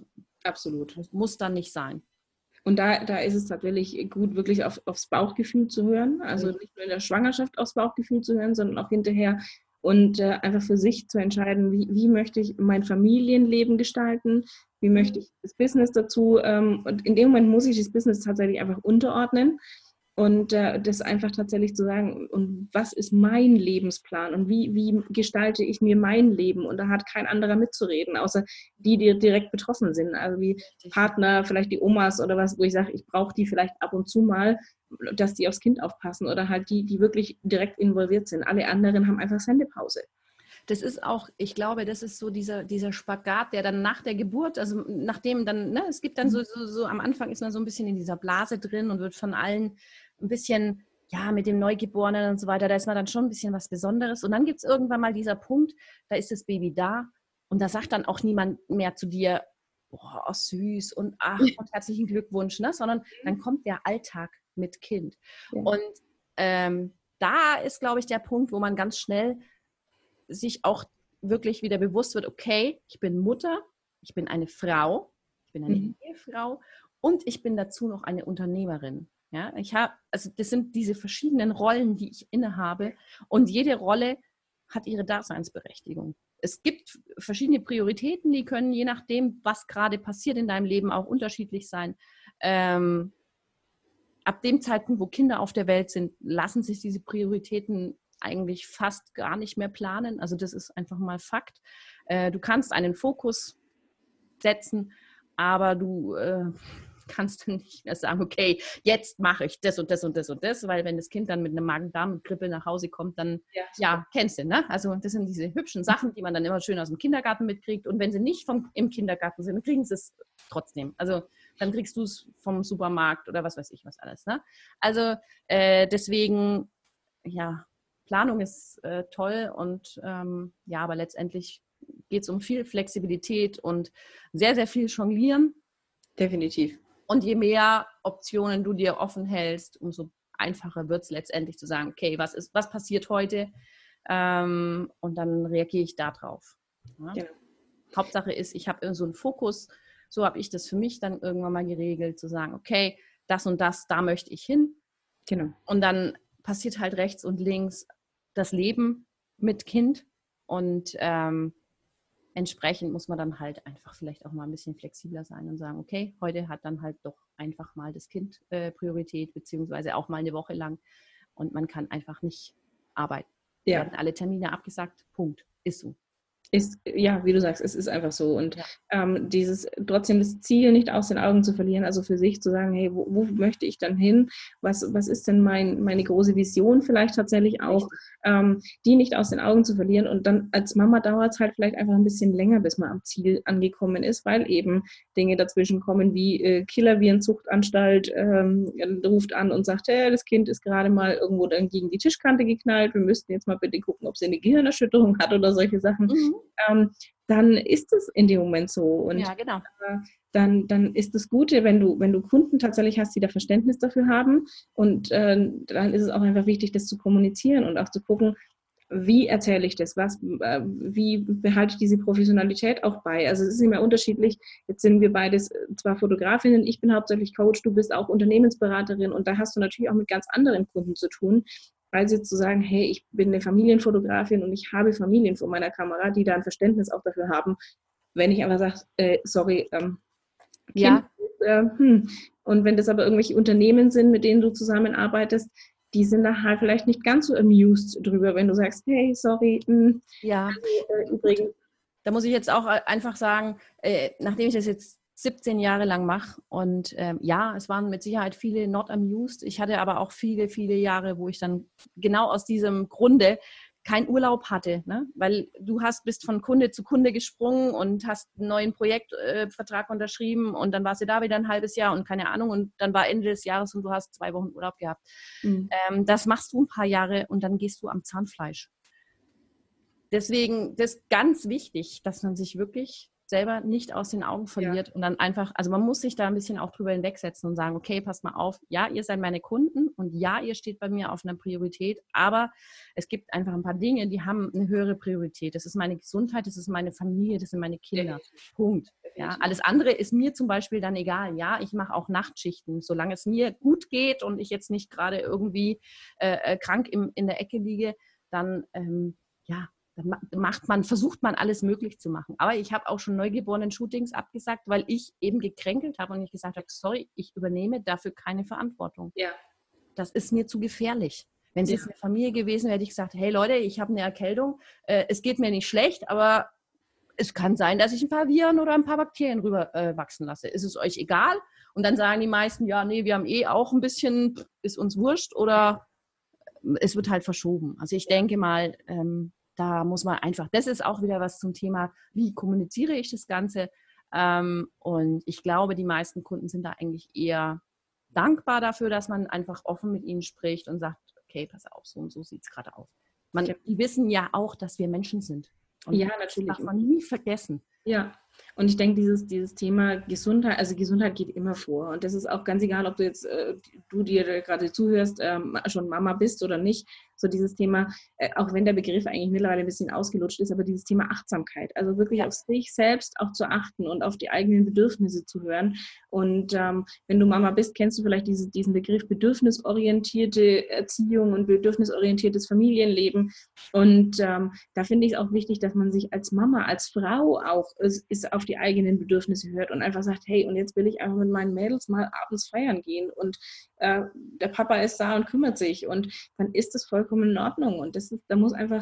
muss dann nicht sein. Und da ist es tatsächlich gut, wirklich aufs Bauchgefühl zu hören. Also nicht nur in der Schwangerschaft aufs Bauchgefühl zu hören, sondern auch hinterher. Und einfach für sich zu entscheiden, wie möchte ich mein Familienleben gestalten, wie möchte ich das Business dazu. Und in dem Moment muss ich das Business tatsächlich einfach unterordnen. Und das einfach tatsächlich zu sagen, und was ist mein Lebensplan und wie gestalte ich mir mein Leben? Und da hat kein anderer mitzureden, außer die direkt betroffen sind. Also wie Partner, vielleicht die Omas oder was, wo ich sage, ich brauche die vielleicht ab und zu mal, dass die aufs Kind aufpassen oder halt die wirklich direkt involviert sind. Alle anderen haben einfach Sendepause. Das ist auch, ich glaube, das ist so dieser Spagat, der dann nach der Geburt, also nachdem dann, ne, es gibt dann so am Anfang ist man so ein bisschen in dieser Blase drin und wird von allen ein bisschen, ja, mit dem Neugeborenen und so weiter, da ist man dann schon ein bisschen was Besonderes. Und dann gibt es irgendwann mal dieser Punkt, da ist das Baby da und da sagt dann auch niemand mehr zu dir, oh, süß und ach und herzlichen Glückwunsch, ne? Sondern dann kommt der Alltag mit Kind. Ja. Und da ist, glaube ich, der Punkt, wo man ganz schnell sich auch wirklich wieder bewusst wird, okay, ich bin Mutter, ich bin eine Frau, ich bin eine Ehefrau und ich bin dazu noch eine Unternehmerin. Ja, also das sind diese verschiedenen Rollen, die ich innehabe und jede Rolle hat ihre Daseinsberechtigung. Es gibt verschiedene Prioritäten, die können je nachdem, was gerade passiert in deinem Leben, auch unterschiedlich sein. Ab dem Zeitpunkt, wo Kinder auf der Welt sind, lassen sich diese Prioritäten eigentlich fast gar nicht mehr planen. Also das ist einfach mal Fakt. Du kannst einen Fokus setzen, aber du kannst du nicht mehr sagen, okay, jetzt mache ich das und das und das und das, weil wenn das Kind dann mit einem Magen-Darm-Grippe nach Hause kommt, dann, ja, kennst du, ne? Also das sind diese hübschen Sachen, die man dann immer schön aus dem Kindergarten mitkriegt und wenn sie nicht im Kindergarten sind, dann kriegen sie es trotzdem. Also dann kriegst du es vom Supermarkt oder was weiß ich was alles, ne? Also deswegen, ja, Planung ist toll und ja, aber letztendlich geht es um viel Flexibilität und sehr, sehr viel Jonglieren. Definitiv. Und je mehr Optionen du dir offen hältst, umso einfacher wird es letztendlich zu sagen, okay, was passiert heute? Und dann reagiere ich darauf. Ja? Genau. Hauptsache ist, ich habe so einen Fokus, so habe ich das für mich dann irgendwann mal geregelt, zu sagen, okay, das und das, da möchte ich hin. Genau. Und dann passiert halt rechts und links das Leben mit Kind und entsprechend muss man dann halt einfach vielleicht auch mal ein bisschen flexibler sein und sagen, okay, heute hat dann halt doch einfach mal das Kind Priorität, beziehungsweise auch mal eine Woche lang und man kann einfach nicht arbeiten. Ja. Werden alle Termine abgesagt, Punkt, ist so. Ist, ja, wie du sagst, es ist einfach so. Und trotzdem das Ziel nicht aus den Augen zu verlieren, also für sich zu sagen, hey, wo möchte ich dann hin? Was ist denn meine große Vision vielleicht tatsächlich auch, die nicht aus den Augen zu verlieren. Und dann als Mama dauert es halt vielleicht einfach ein bisschen länger, bis man am Ziel angekommen ist, weil eben Dinge dazwischen kommen wie Killer-Virenzuchtanstalt ruft an und sagt, hey, das Kind ist gerade mal irgendwo dann gegen die Tischkante geknallt, wir müssten jetzt mal bitte gucken, ob sie eine Gehirnerschütterung hat oder solche Sachen. Dann ist es in dem Moment so. Und ja, genau. Dann ist das Gute, wenn du Kunden tatsächlich hast, die da Verständnis dafür haben. Und dann ist es auch einfach wichtig, das zu kommunizieren und auch zu gucken, wie erzähle ich das? Wie behalte ich diese Professionalität auch bei? Also es ist immer unterschiedlich. Jetzt sind wir beides zwar Fotografinnen, ich bin hauptsächlich Coach, du bist auch Unternehmensberaterin und da hast du natürlich auch mit ganz anderen Kunden zu tun. Als jetzt zu sagen, hey, ich bin eine Familienfotografin und ich habe Familien vor meiner Kamera, die da ein Verständnis auch dafür haben. Wenn ich aber sage, sorry, ja. Und wenn das aber irgendwelche Unternehmen sind, mit denen du zusammenarbeitest, die sind da halt vielleicht nicht ganz so amused drüber, wenn du sagst, hey, sorry. Ja, übrigens. Da muss ich jetzt auch einfach sagen, nachdem ich das jetzt 17 Jahre lang mache und ja, es waren mit Sicherheit viele not amused. Ich hatte aber auch viele, viele Jahre, wo ich dann genau aus diesem Grunde keinen Urlaub hatte, ne? Weil du bist von Kunde zu Kunde gesprungen und hast einen neuen Projektvertrag unterschrieben und dann warst du da wieder ein halbes Jahr und keine Ahnung und dann war Ende des Jahres und du hast 2 Wochen Urlaub gehabt. Das machst du ein paar Jahre und dann gehst du am Zahnfleisch. Deswegen, das ist ganz wichtig, dass man sich wirklich selber nicht aus den Augen verliert und dann einfach, also man muss sich da ein bisschen auch drüber hinwegsetzen und sagen, okay, passt mal auf, ja, ihr seid meine Kunden und ja, ihr steht bei mir auf einer Priorität, aber es gibt einfach ein paar Dinge, die haben eine höhere Priorität. Das ist meine Gesundheit, das ist meine Familie, das sind meine Kinder. Punkt. Ja, alles andere ist mir zum Beispiel dann egal. Ja, ich mache auch Nachtschichten, solange es mir gut geht und ich jetzt nicht gerade irgendwie krank in der Ecke liege, dann dann versucht man alles möglich zu machen. Aber ich habe auch schon Neugeborenen-Shootings abgesagt, weil ich eben gekränkelt habe und ich gesagt habe, sorry, ich übernehme dafür keine Verantwortung. Ja. Das ist mir zu gefährlich. Wenn es jetzt eine Familie gewesen wäre, hätte ich gesagt, hey Leute, ich habe eine Erkältung, es geht mir nicht schlecht, aber es kann sein, dass ich ein paar Viren oder ein paar Bakterien rüber wachsen lasse. Ist es euch egal? Und dann sagen die meisten, ja, nee, wir haben auch ein bisschen, ist uns wurscht oder es wird halt verschoben. Also ich denke mal, da muss man einfach, das ist auch wieder was zum Thema, wie kommuniziere ich das Ganze? Und ich glaube, die meisten Kunden sind da eigentlich eher dankbar dafür, dass man einfach offen mit ihnen spricht und sagt, okay, pass auf, so und so sieht es gerade aus. Die wissen ja auch, dass wir Menschen sind. Und ja, natürlich. Das darf man nie vergessen. Ja, und ich denke, dieses Thema Gesundheit, also Gesundheit geht immer vor. Und das ist auch ganz egal, ob du jetzt, du dir gerade zuhörst, schon Mama bist oder nicht. So dieses Thema, auch wenn der Begriff eigentlich mittlerweile ein bisschen ausgelutscht ist, aber dieses Thema Achtsamkeit. Also wirklich auf sich selbst auch zu achten und auf die eigenen Bedürfnisse zu hören. Und wenn du Mama bist, kennst du vielleicht diesen Begriff bedürfnisorientierte Erziehung und bedürfnisorientiertes Familienleben. Und da finde ich es auch wichtig, dass man sich als Mama, als Frau auch ist auf die eigenen Bedürfnisse hört und einfach sagt, hey, und jetzt will ich einfach mit meinen Mädels mal abends feiern gehen und der Papa ist da und kümmert sich und dann ist das vollkommen in Ordnung und da muss einfach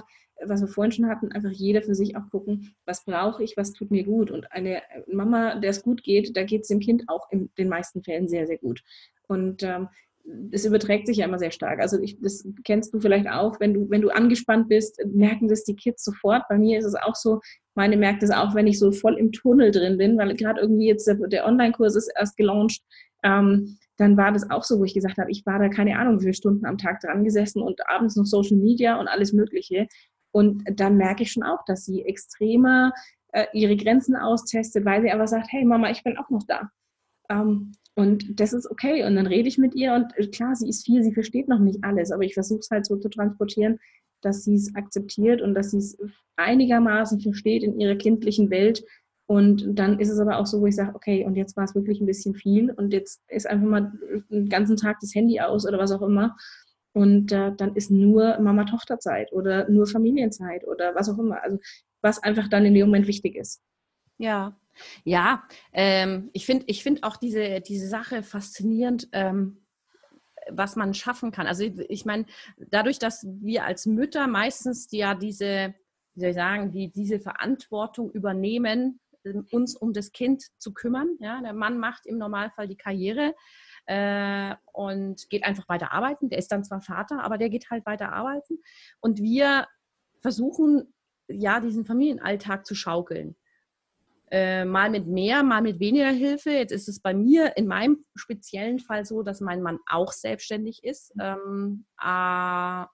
was wir vorhin schon hatten, einfach jeder für sich auch gucken, was brauche ich, was tut mir gut. Und eine Mama, der es gut geht, da geht es dem Kind auch in den meisten Fällen sehr, sehr gut. Und das überträgt sich ja immer sehr stark. Also das kennst du vielleicht auch, wenn du angespannt bist, merken das die Kids sofort. Bei mir ist es auch so, meine merkt es auch, wenn ich so voll im Tunnel drin bin, weil gerade irgendwie jetzt der Online-Kurs ist erst gelauncht. Dann war das auch so, wo ich gesagt habe, ich war da keine Ahnung, wie viele Stunden am Tag dran gesessen und abends noch Social Media und alles Mögliche. Und dann merke ich schon auch, dass sie extremer ihre Grenzen austestet, weil sie aber sagt, hey Mama, ich bin auch noch da. Und das ist okay. Und dann rede ich mit ihr und klar, sie ist 4, sie versteht noch nicht alles, aber ich versuche es halt so zu transportieren, dass sie es akzeptiert und dass sie es einigermaßen versteht in ihrer kindlichen Welt. Und dann ist es aber auch so, wo ich sage, okay, und jetzt war es wirklich ein bisschen viel und jetzt ist einfach mal den ganzen Tag das Handy aus oder was auch immer. Und dann ist nur Mama-Tochter-Zeit oder nur Familienzeit oder was auch immer. Also was einfach dann in dem Moment wichtig ist. Ja, ja. Ich find auch diese Sache faszinierend, was man schaffen kann. Also ich meine, dadurch, dass wir als Mütter meistens ja diese, wie soll ich sagen, diese Verantwortung übernehmen, uns um das Kind zu kümmern. Ja? Der Mann macht im Normalfall die Karriere und geht einfach weiter arbeiten. Der ist dann zwar Vater, aber der geht halt weiter arbeiten. Und wir versuchen, ja, diesen Familienalltag zu schaukeln. Mal mit mehr, mal mit weniger Hilfe. Jetzt ist es bei mir in meinem speziellen Fall so, dass mein Mann auch selbstständig ist, aber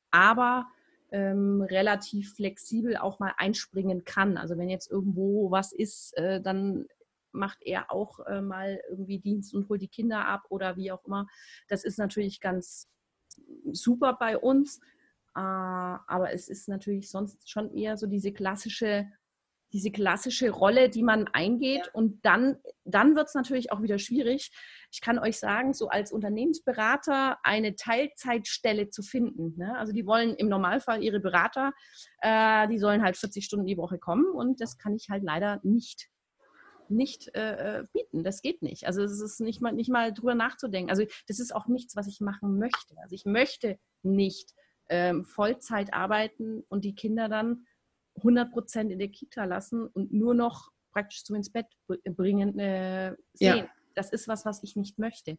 relativ flexibel auch mal einspringen kann. Also wenn jetzt irgendwo was ist, dann macht er auch mal irgendwie Dienst und holt die Kinder ab oder wie auch immer. Das ist natürlich ganz super bei uns, aber es ist natürlich sonst schon eher so diese klassische Rolle, die man eingeht. Ja. Und dann wird es natürlich auch wieder schwierig. Ich kann euch sagen, so als Unternehmensberater eine Teilzeitstelle zu finden. Ne? Also die wollen im Normalfall ihre Berater, die sollen halt 40 Stunden die Woche kommen und das kann ich halt leider nicht bieten. Das geht nicht. Also es ist nicht mal drüber nachzudenken. Also das ist auch nichts, was ich machen möchte. Also ich möchte nicht Vollzeit arbeiten und die Kinder dann 100% in der Kita lassen und nur noch praktisch so ins Bett bringen sehen. Ja. Das ist was ich nicht möchte.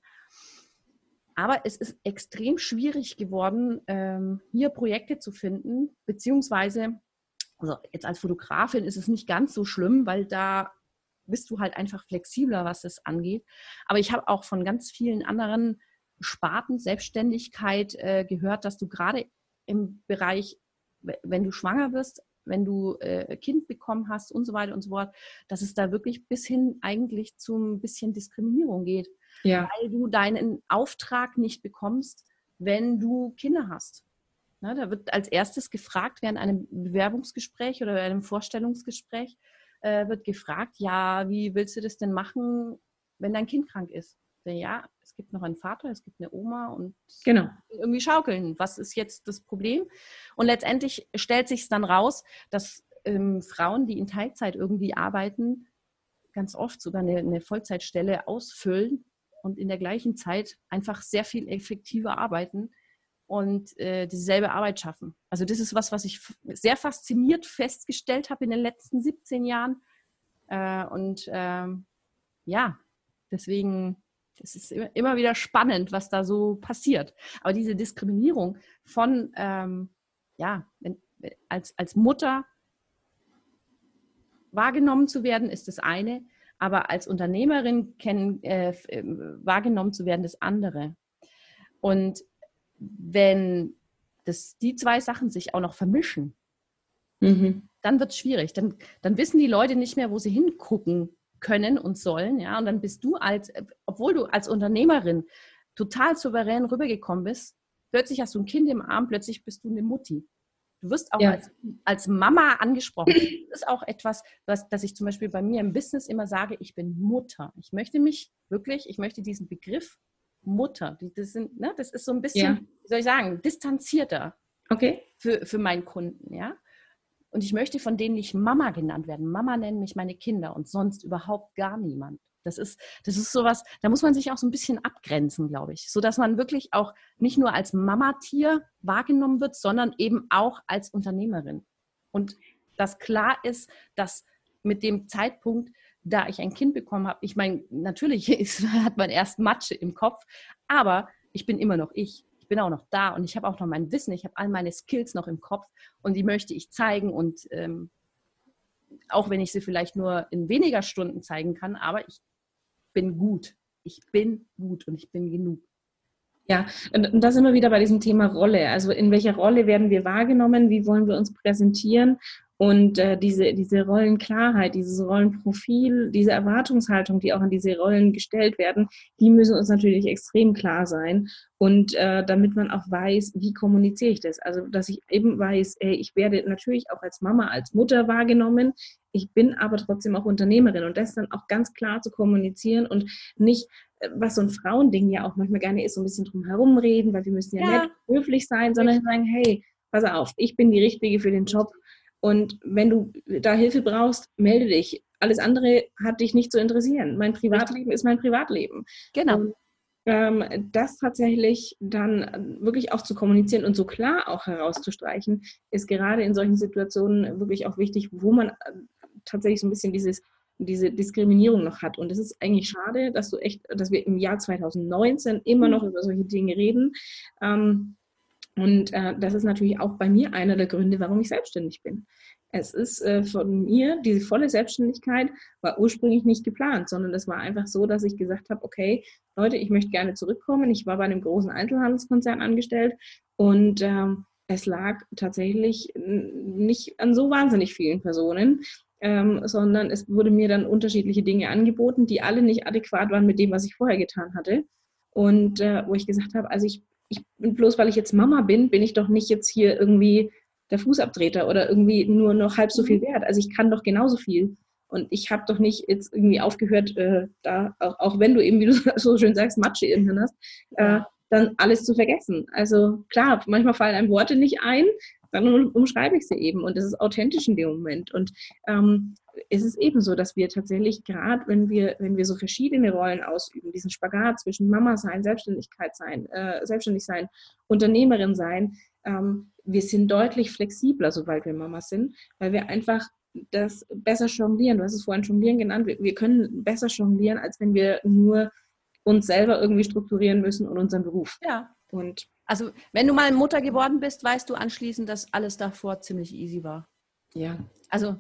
Aber es ist extrem schwierig geworden, hier Projekte zu finden, beziehungsweise, also jetzt als Fotografin ist es nicht ganz so schlimm, weil da bist du halt einfach flexibler, was das angeht. Aber ich habe auch von ganz vielen anderen Sparten Selbstständigkeit gehört, dass du gerade im Bereich, wenn du schwanger wirst, wenn du Kind bekommen hast und so weiter und so fort, dass es da wirklich bis hin eigentlich zu ein bisschen Diskriminierung geht. Ja. Weil du deinen Auftrag nicht bekommst, wenn du Kinder hast. Na, da wird als erstes gefragt, während einem Bewerbungsgespräch oder einem Vorstellungsgespräch, wird gefragt, ja, wie willst du das denn machen, wenn dein Kind krank ist? Ja, es gibt noch einen Vater, es gibt eine Oma und genau. Irgendwie schaukeln. Was ist jetzt das Problem? Und letztendlich stellt sich es dann raus, dass Frauen, die in Teilzeit irgendwie arbeiten, ganz oft sogar eine Vollzeitstelle ausfüllen und in der gleichen Zeit einfach sehr viel effektiver arbeiten und dieselbe Arbeit schaffen. Also das ist was ich sehr fasziniert festgestellt habe in den letzten 17 Jahren. Ja, deswegen, es ist immer wieder spannend, was da so passiert. Aber diese Diskriminierung von, als Mutter wahrgenommen zu werden, ist das eine, aber als Unternehmerin wahrgenommen zu werden, das andere. Und wenn die zwei Sachen sich auch noch vermischen, dann wird es schwierig. Dann wissen die Leute nicht mehr, wo sie hingucken können und sollen. Ja? Und dann bist du obwohl du als Unternehmerin total souverän rübergekommen bist, plötzlich hast du ein Kind im Arm, plötzlich bist du eine Mutti. Du wirst auch als Mama angesprochen. Das ist auch etwas, das ich zum Beispiel bei mir im Business immer sage, ich bin Mutter. Ich möchte diesen Begriff Mutter, das ist so ein bisschen, wie soll ich sagen, distanzierter für meinen Kunden, ja. Und ich möchte von denen nicht Mama genannt werden. Mama nennen mich meine Kinder und sonst überhaupt gar niemand. Das ist sowas, da muss man sich auch so ein bisschen abgrenzen, glaube ich, so dass man wirklich auch nicht nur als Mamatier wahrgenommen wird, sondern eben auch als Unternehmerin. Und dass klar ist, dass mit dem Zeitpunkt, da ich ein Kind bekommen habe, ich meine, natürlich hat man erst Matsche im Kopf, aber ich bin immer noch ich. Ich bin auch noch da und ich habe auch noch mein Wissen, ich habe all meine Skills noch im Kopf und die möchte ich zeigen und auch wenn ich sie vielleicht nur in weniger Stunden zeigen kann, aber ich bin gut. Ich bin gut und ich bin genug. Ja, und da sind wir wieder bei diesem Thema Rolle. Also in welcher Rolle werden wir wahrgenommen? Wie wollen wir uns präsentieren? Und diese Rollenklarheit, dieses Rollenprofil, diese Erwartungshaltung, die auch an diese Rollen gestellt werden, die müssen uns natürlich extrem klar sein. Und damit man auch weiß, wie kommuniziere ich das? Also dass ich eben weiß, ich werde natürlich auch als Mama, als Mutter wahrgenommen. Ich bin aber trotzdem auch Unternehmerin. Und das dann auch ganz klar zu kommunizieren und nicht, was so ein Frauending ja auch manchmal gerne ist, so ein bisschen drum herum reden, weil wir müssen ja nett, höflich sein, sondern sagen, hey, pass auf, ich bin die Richtige für den Job. Und wenn du da Hilfe brauchst, melde dich. Alles andere hat dich nicht zu interessieren. Mein Privatleben ist mein Privatleben. Genau. Und das tatsächlich dann wirklich auch zu kommunizieren und so klar auch herauszustreichen, ist gerade in solchen Situationen wirklich auch wichtig, wo man tatsächlich so ein bisschen diese Diskriminierung noch hat. Und es ist eigentlich schade, dass wir im Jahr 2019 immer noch über solche Dinge reden. Und das ist natürlich auch bei mir einer der Gründe, warum ich selbstständig bin. Es ist von mir, diese volle Selbstständigkeit war ursprünglich nicht geplant, sondern es war einfach so, dass ich gesagt habe, okay, Leute, ich möchte gerne zurückkommen. Ich war bei einem großen Einzelhandelskonzern angestellt und es lag tatsächlich nicht an so wahnsinnig vielen Personen, sondern es wurde mir dann unterschiedliche Dinge angeboten, die alle nicht adäquat waren mit dem, was ich vorher getan hatte. Und wo ich gesagt habe, also ich bloß weil ich jetzt Mama bin, bin ich doch nicht jetzt hier irgendwie der Fußabtreter oder irgendwie nur noch halb so viel wert. Also ich kann doch genauso viel. Und ich habe doch nicht jetzt irgendwie aufgehört, da, auch wenn du eben, wie du so schön sagst, Matsche im Hirn hast, dann alles zu vergessen. Also klar, manchmal fallen einem Worte nicht ein, dann umschreibe ich sie eben. Und das ist authentisch in dem Moment. Und es ist eben so, dass wir tatsächlich, gerade wenn wir so verschiedene Rollen ausüben, diesen Spagat zwischen Mama sein, Selbstständigkeit sein, selbstständig sein, Unternehmerin sein, wir sind deutlich flexibler, sobald wir Mama sind, weil wir einfach das besser jonglieren. Du hast es vorhin Jonglieren genannt. Wir können besser jonglieren, als wenn wir nur uns selber irgendwie strukturieren müssen und unseren Beruf. Ja. Und also wenn du mal Mutter geworden bist, weißt du anschließend, dass alles davor ziemlich easy war. Ja. Also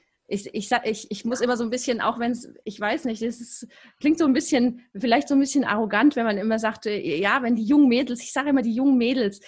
ich muss immer so ein bisschen, auch wenn es, ich weiß nicht, klingt so ein bisschen, vielleicht so ein bisschen arrogant, wenn man immer sagte, ja, wenn die jungen Mädels, ich sage immer die jungen Mädels,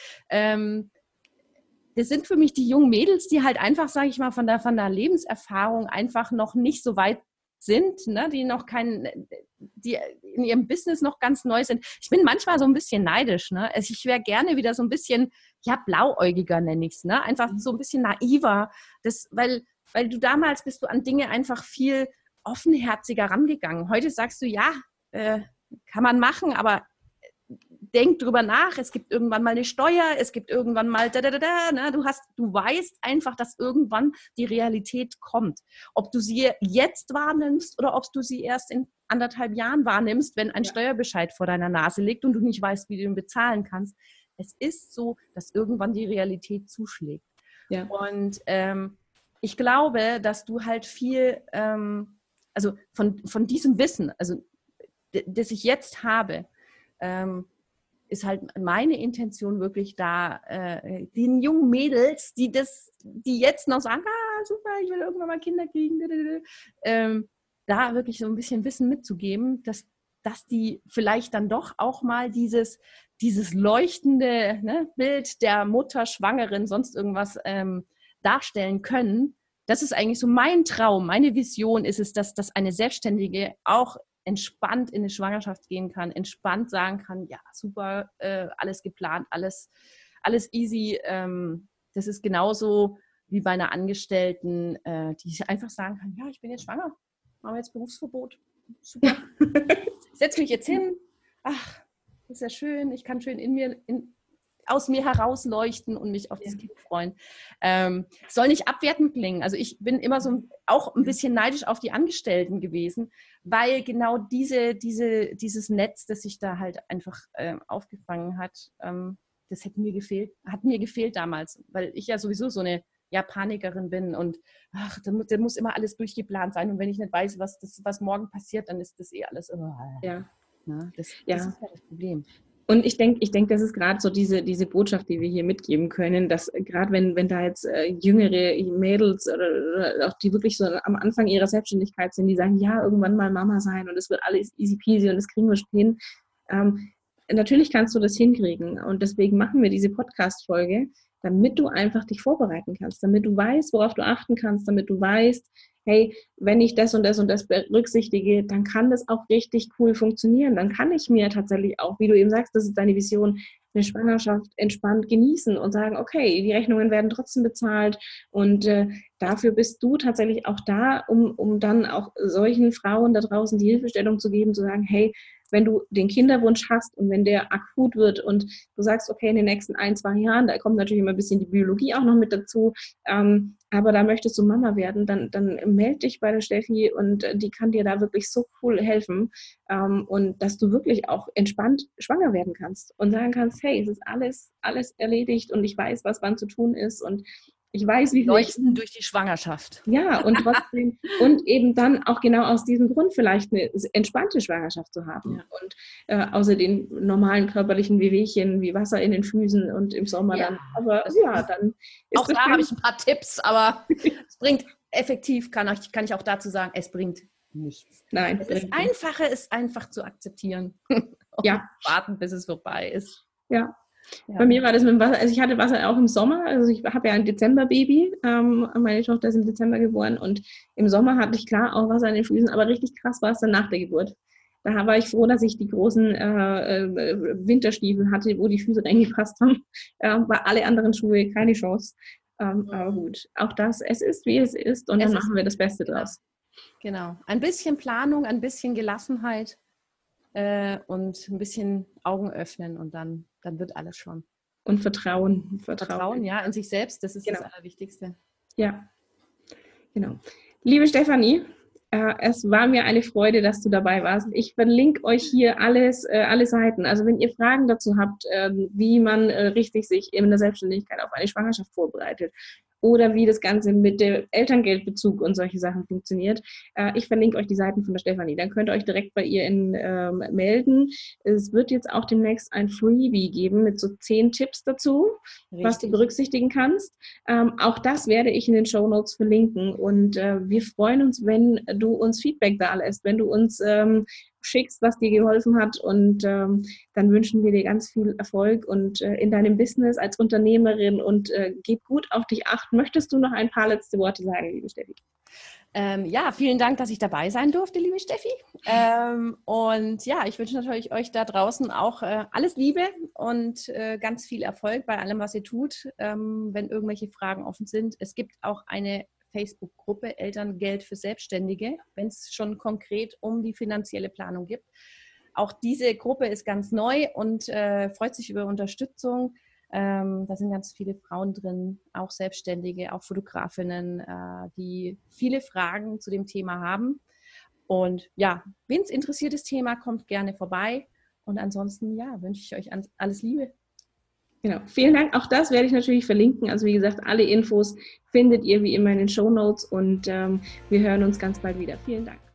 das sind für mich die jungen Mädels, die halt einfach, sage ich mal, von der Lebenserfahrung einfach noch nicht so weit sind, ne, die in ihrem Business noch ganz neu sind. Ich bin manchmal so ein bisschen neidisch, ne? Also ich wäre gerne wieder so ein bisschen, ja, blauäugiger nenne ich es, ne? Einfach so ein bisschen naiver, weil du damals bist du an Dinge einfach viel offenherziger rangegangen. Heute sagst du, ja, kann man machen, aber denk drüber nach, es gibt irgendwann mal eine Steuer, es gibt irgendwann mal ne? Du weißt einfach, dass irgendwann die Realität kommt. Ob du sie jetzt wahrnimmst oder ob du sie erst in 1,5 Jahren wahrnimmst, wenn ein Steuerbescheid vor deiner Nase liegt und du nicht weißt, wie du ihn bezahlen kannst. Es ist so, dass irgendwann die Realität zuschlägt. Ja. Und ich glaube, dass du halt viel, also von diesem Wissen, also das ich jetzt habe, ist halt meine Intention wirklich da, den jungen Mädels, die jetzt noch sagen, super, ich will irgendwann mal Kinder kriegen, da wirklich so ein bisschen Wissen mitzugeben, dass die vielleicht dann doch auch mal dieses leuchtende, ne, Bild der Mutter, Schwangeren, sonst irgendwas darstellen können. Das ist eigentlich so mein Traum, meine Vision ist es, dass eine Selbstständige auch entspannt in eine Schwangerschaft gehen kann, entspannt sagen kann, ja, super, alles geplant, alles easy. Das ist genauso wie bei einer Angestellten, die einfach sagen kann, ja, ich bin jetzt schwanger, machen wir jetzt Berufsverbot. Super. Setz mich jetzt hin. Ach, das ist ja schön, ich kann schön aus mir herausleuchten und mich auf das Kind freuen. Soll nicht abwertend klingen. Also ich bin immer so auch ein bisschen neidisch auf die Angestellten gewesen, weil genau dieses Netz, das sich da halt einfach aufgefangen hat, das hat mir gefehlt damals, weil ich ja sowieso so eine Panikerin bin und da muss immer alles durchgeplant sein und wenn ich nicht weiß, was morgen passiert, dann ist das alles das ist ja das Problem. Und ich denke, das ist gerade so diese Botschaft, die wir hier mitgeben können, dass gerade wenn da jetzt jüngere Mädels oder auch die wirklich so am Anfang ihrer Selbstständigkeit sind, die sagen, ja, irgendwann mal Mama sein und es wird alles easy peasy und das kriegen wir schon hin. Natürlich kannst du das hinkriegen und deswegen machen wir diese Podcast-Folge, damit du einfach dich vorbereiten kannst, damit du weißt, worauf du achten kannst, damit du weißt, hey, wenn ich das und das und das berücksichtige, dann kann das auch richtig cool funktionieren. Dann kann ich mir tatsächlich auch, wie du eben sagst, das ist deine Vision, eine Schwangerschaft entspannt genießen und sagen, okay, die Rechnungen werden trotzdem bezahlt und dafür bist du tatsächlich auch da, um dann auch solchen Frauen da draußen die Hilfestellung zu geben, zu sagen, hey, wenn du den Kinderwunsch hast und wenn der akut wird und du sagst, okay, in den nächsten 1-2 Jahren, da kommt natürlich immer ein bisschen die Biologie auch noch mit dazu, aber da möchtest du Mama werden, dann melde dich bei der Steffi und die kann dir da wirklich so cool helfen und dass du wirklich auch entspannt schwanger werden kannst und sagen kannst, hey, es ist alles erledigt und ich weiß, was wann zu tun ist und ich weiß, wie Leuchten durch die Schwangerschaft. Ja, und trotzdem, und eben dann auch genau aus diesem Grund vielleicht eine entspannte Schwangerschaft zu haben. Ja. Und außer den normalen körperlichen Wehwehchen wie Wasser in den Füßen und im Sommer dann. Aber dann ist auch da habe ich ein paar Tipps, aber es bringt effektiv, kann ich auch dazu sagen, es bringt nichts. Nein. Das Einfache ist einfach zu akzeptieren. Und warten, bis es vorbei ist. Ja. Ja. Bei mir war das mit dem Wasser, also ich hatte Wasser auch im Sommer, also ich habe ja ein Dezember-Baby, meine Tochter ist im Dezember geboren und im Sommer hatte ich klar auch Wasser an den Füßen, aber richtig krass war es dann nach der Geburt. Da war ich froh, dass ich die großen Winterstiefel hatte, wo die Füße reingepasst haben, weil alle anderen Schuhe keine Chance. Aber gut, auch das, es ist wie es ist und dann machen wir das Beste draus. Genau, ein bisschen Planung, ein bisschen Gelassenheit. Und ein bisschen Augen öffnen und dann wird alles schon. Und Vertrauen. Vertrauen, ja, in sich selbst, das ist das Allerwichtigste. Ja, genau. Liebe Stefanie, es war mir eine Freude, dass du dabei warst. Ich verlinke euch hier alle Seiten. Also wenn ihr Fragen dazu habt, wie man richtig sich in der Selbstständigkeit auf eine Schwangerschaft vorbereitet, oder wie das Ganze mit dem Elterngeldbezug und solche Sachen funktioniert. Ich verlinke euch die Seiten von der Stefanie. Dann könnt ihr euch direkt bei ihr melden. Es wird jetzt auch demnächst ein Freebie geben mit so 10 Tipps dazu, was du berücksichtigen kannst. Auch das werde ich in den Shownotes verlinken. Und wir freuen uns, wenn du uns Feedback da lässt, wenn du uns schickst, was dir geholfen hat und dann wünschen wir dir ganz viel Erfolg und in deinem Business als Unternehmerin und gib gut auf dich acht. Möchtest du noch ein paar letzte Worte sagen, liebe Steffi? Vielen Dank, dass ich dabei sein durfte, liebe Steffi. Und ja, ich wünsche natürlich euch da draußen auch alles Liebe und ganz viel Erfolg bei allem, was ihr tut, wenn irgendwelche Fragen offen sind. Es gibt auch eine Facebook-Gruppe Elterngeld für Selbstständige, wenn es schon konkret um die finanzielle Planung geht. Auch diese Gruppe ist ganz neu und freut sich über Unterstützung. Da sind ganz viele Frauen drin, auch Selbstständige, auch Fotografinnen, die viele Fragen zu dem Thema haben. Und ja, wen es interessiert, das Thema, kommt gerne vorbei. Und ansonsten, wünsche ich euch alles Liebe. Genau, vielen Dank. Auch das werde ich natürlich verlinken. Also wie gesagt, alle Infos findet ihr wie immer in den Shownotes und wir hören uns ganz bald wieder. Vielen Dank.